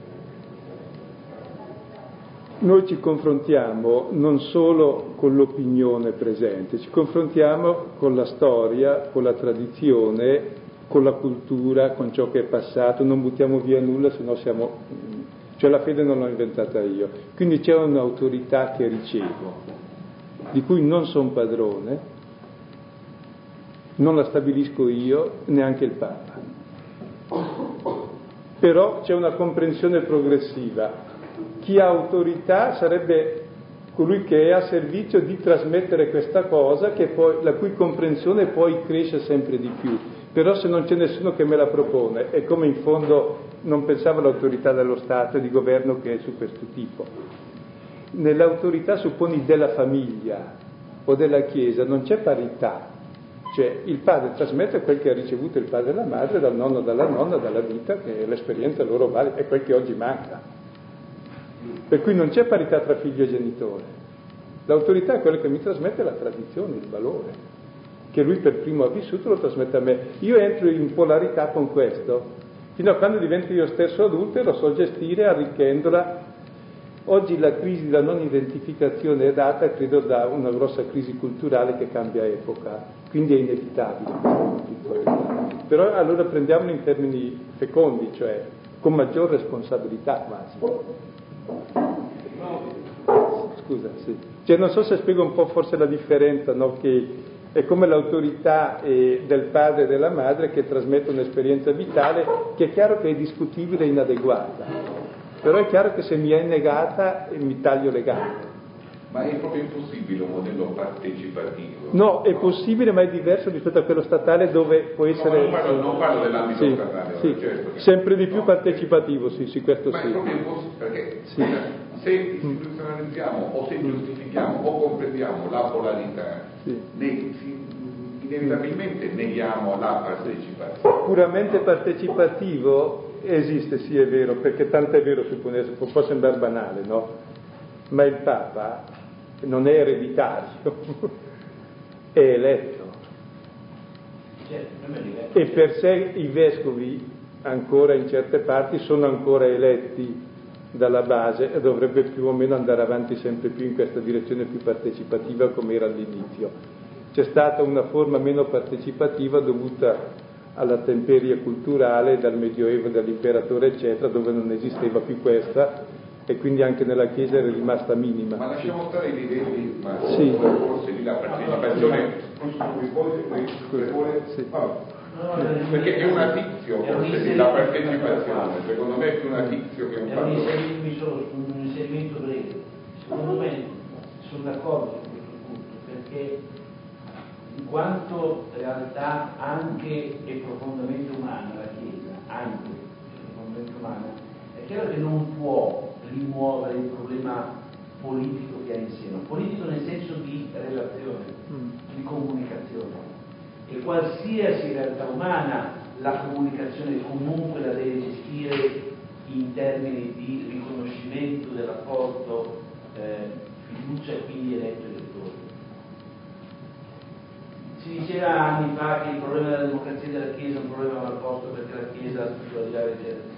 noi ci confrontiamo non solo con l'opinione presente, ci confrontiamo con la storia, con la tradizione, con la cultura, con ciò che è passato, non buttiamo via nulla, se no siamo... Cioè la fede non l'ho inventata io. Quindi c'è un'autorità che ricevo, di cui non sono padrone, non la stabilisco io, neanche il Papa. Però c'è una comprensione progressiva. Chi ha autorità sarebbe colui che è a servizio di trasmettere questa cosa, la cui comprensione poi cresce sempre di più. Però se non c'è nessuno che me la propone, è come in fondo non pensavo all'autorità dello Stato e di governo che è su questo tipo. Nell'autorità, supponi, della famiglia o della Chiesa non c'è parità. Cioè il padre trasmette quel che ha ricevuto il padre e la madre dal nonno, dalla nonna, dalla vita, che è l'esperienza loro vale, è quel che oggi manca. Per cui non c'è parità tra figlio e genitore. L'autorità è quello che mi trasmette la tradizione, il valore, che lui per primo ha vissuto, lo trasmette a me. Io entro in polarità con questo, fino a quando divento io stesso adulto e lo so gestire arricchendola. Oggi la crisi da non identificazione è data, credo, da una grossa crisi culturale che cambia epoca, quindi è inevitabile. Però allora prendiamolo in termini fecondi, cioè con maggior responsabilità quasi. Scusa, sì. Cioè non so se spiego un po' forse la differenza, no? Che è come l'autorità del padre e della madre che trasmette un'esperienza vitale che è chiaro che è discutibile e inadeguata, però è chiaro che se mi è negata mi taglio le gambe. Ma è proprio impossibile un modello partecipativo? No, è possibile, ma è diverso rispetto a quello statale dove può essere... Non parlo dell'ambito statale, sì, certo. Sempre di più partecipativo, sì, questo ma sì. Ma è proprio impossibile, perché se istituzionalizziamo o se giustifichiamo o comprendiamo la polarità, inevitabilmente neghiamo la partecipazione. Puramente partecipativo esiste, sì, è vero, perché tanto è vero, può sembrare banale, no? Ma il Papa non è ereditario, è eletto. E per sé i vescovi ancora in certe parti sono ancora eletti dalla base e dovrebbe più o meno andare avanti sempre più in questa direzione più partecipativa come era all'inizio. C'è stata una forma meno partecipativa dovuta alla temperie culturale dal Medioevo, dall'imperatore eccetera, dove non esisteva più questa e quindi anche nella Chiesa era rimasta minima. Ma lasciamo stare i livelli, ma sì. Forse lì la partecipazione perché è una fizione, la partecipazione, secondo me è più una fizione che un fatto. Un inserimento breve. Secondo me sono d'accordo su questo punto, perché in quanto realtà anche e profondamente umana la Chiesa, anche profondamente umana, è chiaro che non può rimuovere il problema politico che ha in sé, politico nel senso di relazione, di comunicazione. E qualsiasi realtà umana la comunicazione comunque la deve gestire in termini di riconoscimento del rapporto fiducia e quindi eletto-elettore. Si diceva anni fa che il problema della democrazia della Chiesa è un problema mal posto perché la Chiesa ha spiritualità eccetera.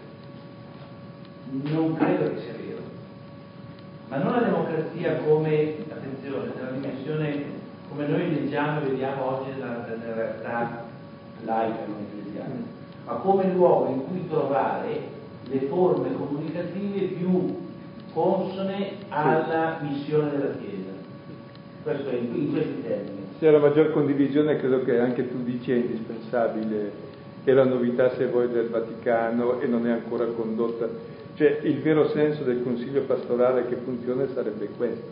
Non credo che sia vero, ma non la democrazia come, attenzione, nella dimensione come noi leggiamo e vediamo oggi nella realtà laica non ecclesiale, ma come luogo in cui trovare le forme comunicative più consone alla missione della Chiesa. Questo è in questi termini. C'è la maggior condivisione, credo che anche tu dici è indispensabile, è la novità se vuoi del Vaticano e non è ancora condotta. Cioè il vero senso del consiglio pastorale che funziona sarebbe questo.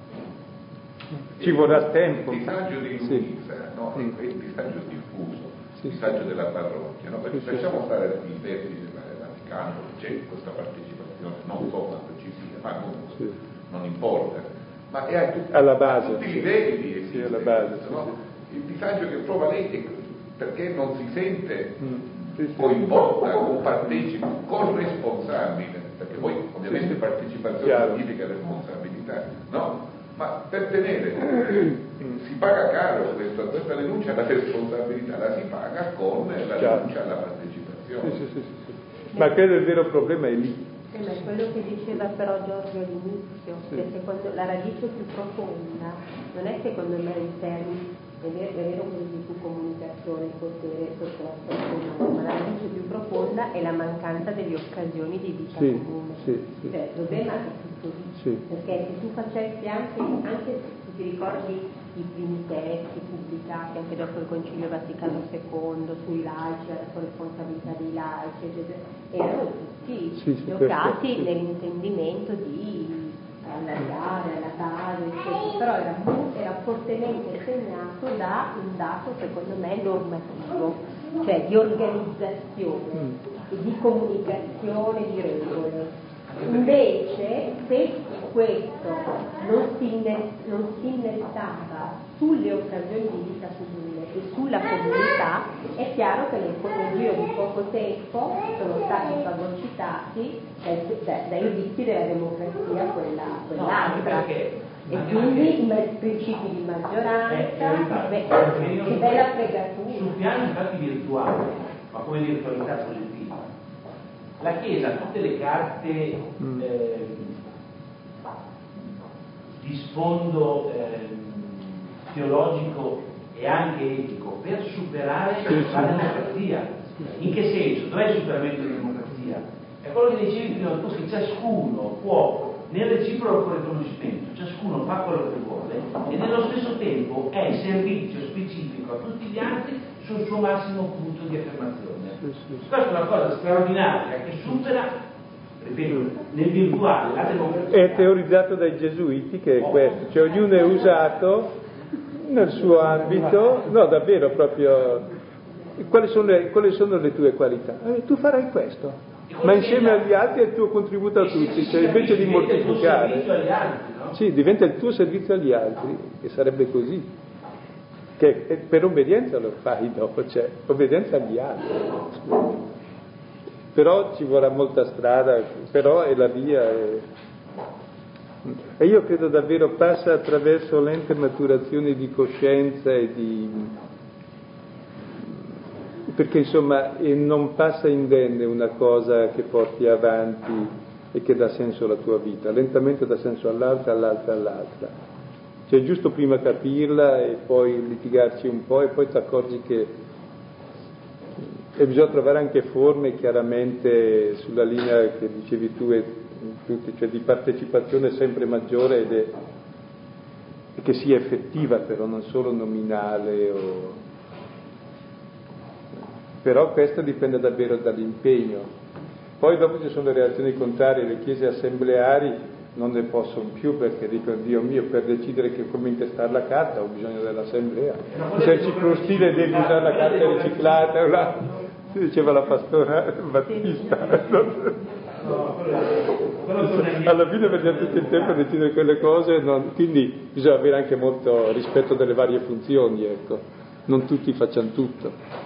Ci vorrà tempo. Il disagio di Luisa, no? È il disagio diffuso, il disagio della parrocchia, no? Perché facciamo fare il vertice del Vaticano, c'è questa partecipazione, non so quanto ci sia, ma comunque non importa, ma è alla base, a tutti i livelli di esistenza, alla base, no? Il disagio che prova lei è perché non si sente coinvolta, compartecipa, corresponsabile, perché poi ovviamente partecipazione significa responsabilità, no? Ma per tenere si paga caro questa rinuncia alla responsabilità, la si paga con la rinuncia alla partecipazione. Sì. Ma credo il vero problema è lì. Ma è quello che diceva però Giorgio all'inizio, che secondo la radice più profonda non è secondo me in termini, è vero quello di tu comunicazione, potere sotto l'aspetto umano, ma la radice più profonda è la mancanza delle occasioni di vita comune. Cioè, il problema è tutto lì, perché se tu facessi anche se ti ricordi i primi testi pubblicati anche dopo il Concilio Vaticano II sui laici, la corresponsabilità dei laici, eccetera, erano tutti giocati nell'intendimento di allargare alla base, eccetera, però era fortemente segnato da un dato secondo me normativo, cioè di organizzazione e di comunicazione di regole. Invece se questo non si innestava sulle occasioni di vita comune e sulla comunità, è chiaro che nel giro di poco tempo sono stati fagocitati dai vizi della democrazia quell'altra. E quindi i principi di maggioranza, che bella fregatura. Sul piano infatti virtuale, ma come virtualità positiva, la Chiesa ha tutte le carte di sfondo teologico e anche etico per superare la democrazia. In che senso? Dov'è il superamento della democrazia? È quello che dicevi prima tu, che ciascuno può, nel reciproco riconoscimento, ciascuno fa quello che vuole e nello stesso tempo è servizio specifico a tutti gli altri sul suo massimo punto di affermazione. Questa è una cosa straordinaria che supera, ripeto, nel virtuale la democrazia. È teorizzato dai gesuiti che è questo, cioè ognuno è usato nel suo ambito, no davvero proprio, quali sono le tue qualità? Tu farai questo, ma insieme agli altri è il tuo contributo a tutti, cioè invece di mortificare, sì, diventa il tuo servizio agli altri, che sarebbe così. Che per obbedienza lo fai dopo, cioè obbedienza agli altri. Però ci vorrà molta strada, però è la via. E io credo davvero passa attraverso lente maturazioni di coscienza perché insomma non passa indenne una cosa che porti avanti e che dà senso alla tua vita, lentamente dà senso all'altra. Cioè è giusto prima capirla e poi litigarci un po' e poi ti accorgi che bisogna trovare anche forme chiaramente sulla linea che dicevi tu e tutti, cioè di partecipazione sempre maggiore e che sia effettiva però, non solo nominale però questo dipende davvero dall'impegno. Poi dopo ci sono le reazioni contrarie, le chiese assembleari non ne possono più perché dicono Dio mio, per decidere come intestare la carta ho bisogno dell'assemblea, se il ciclostile devi usare la carta riciclata, diceva la pastora Battista. Quello alla fine perdiamo tutto il tempo a decidere quelle cose, quindi bisogna avere anche molto rispetto delle varie funzioni, ecco, non tutti facciano tutto.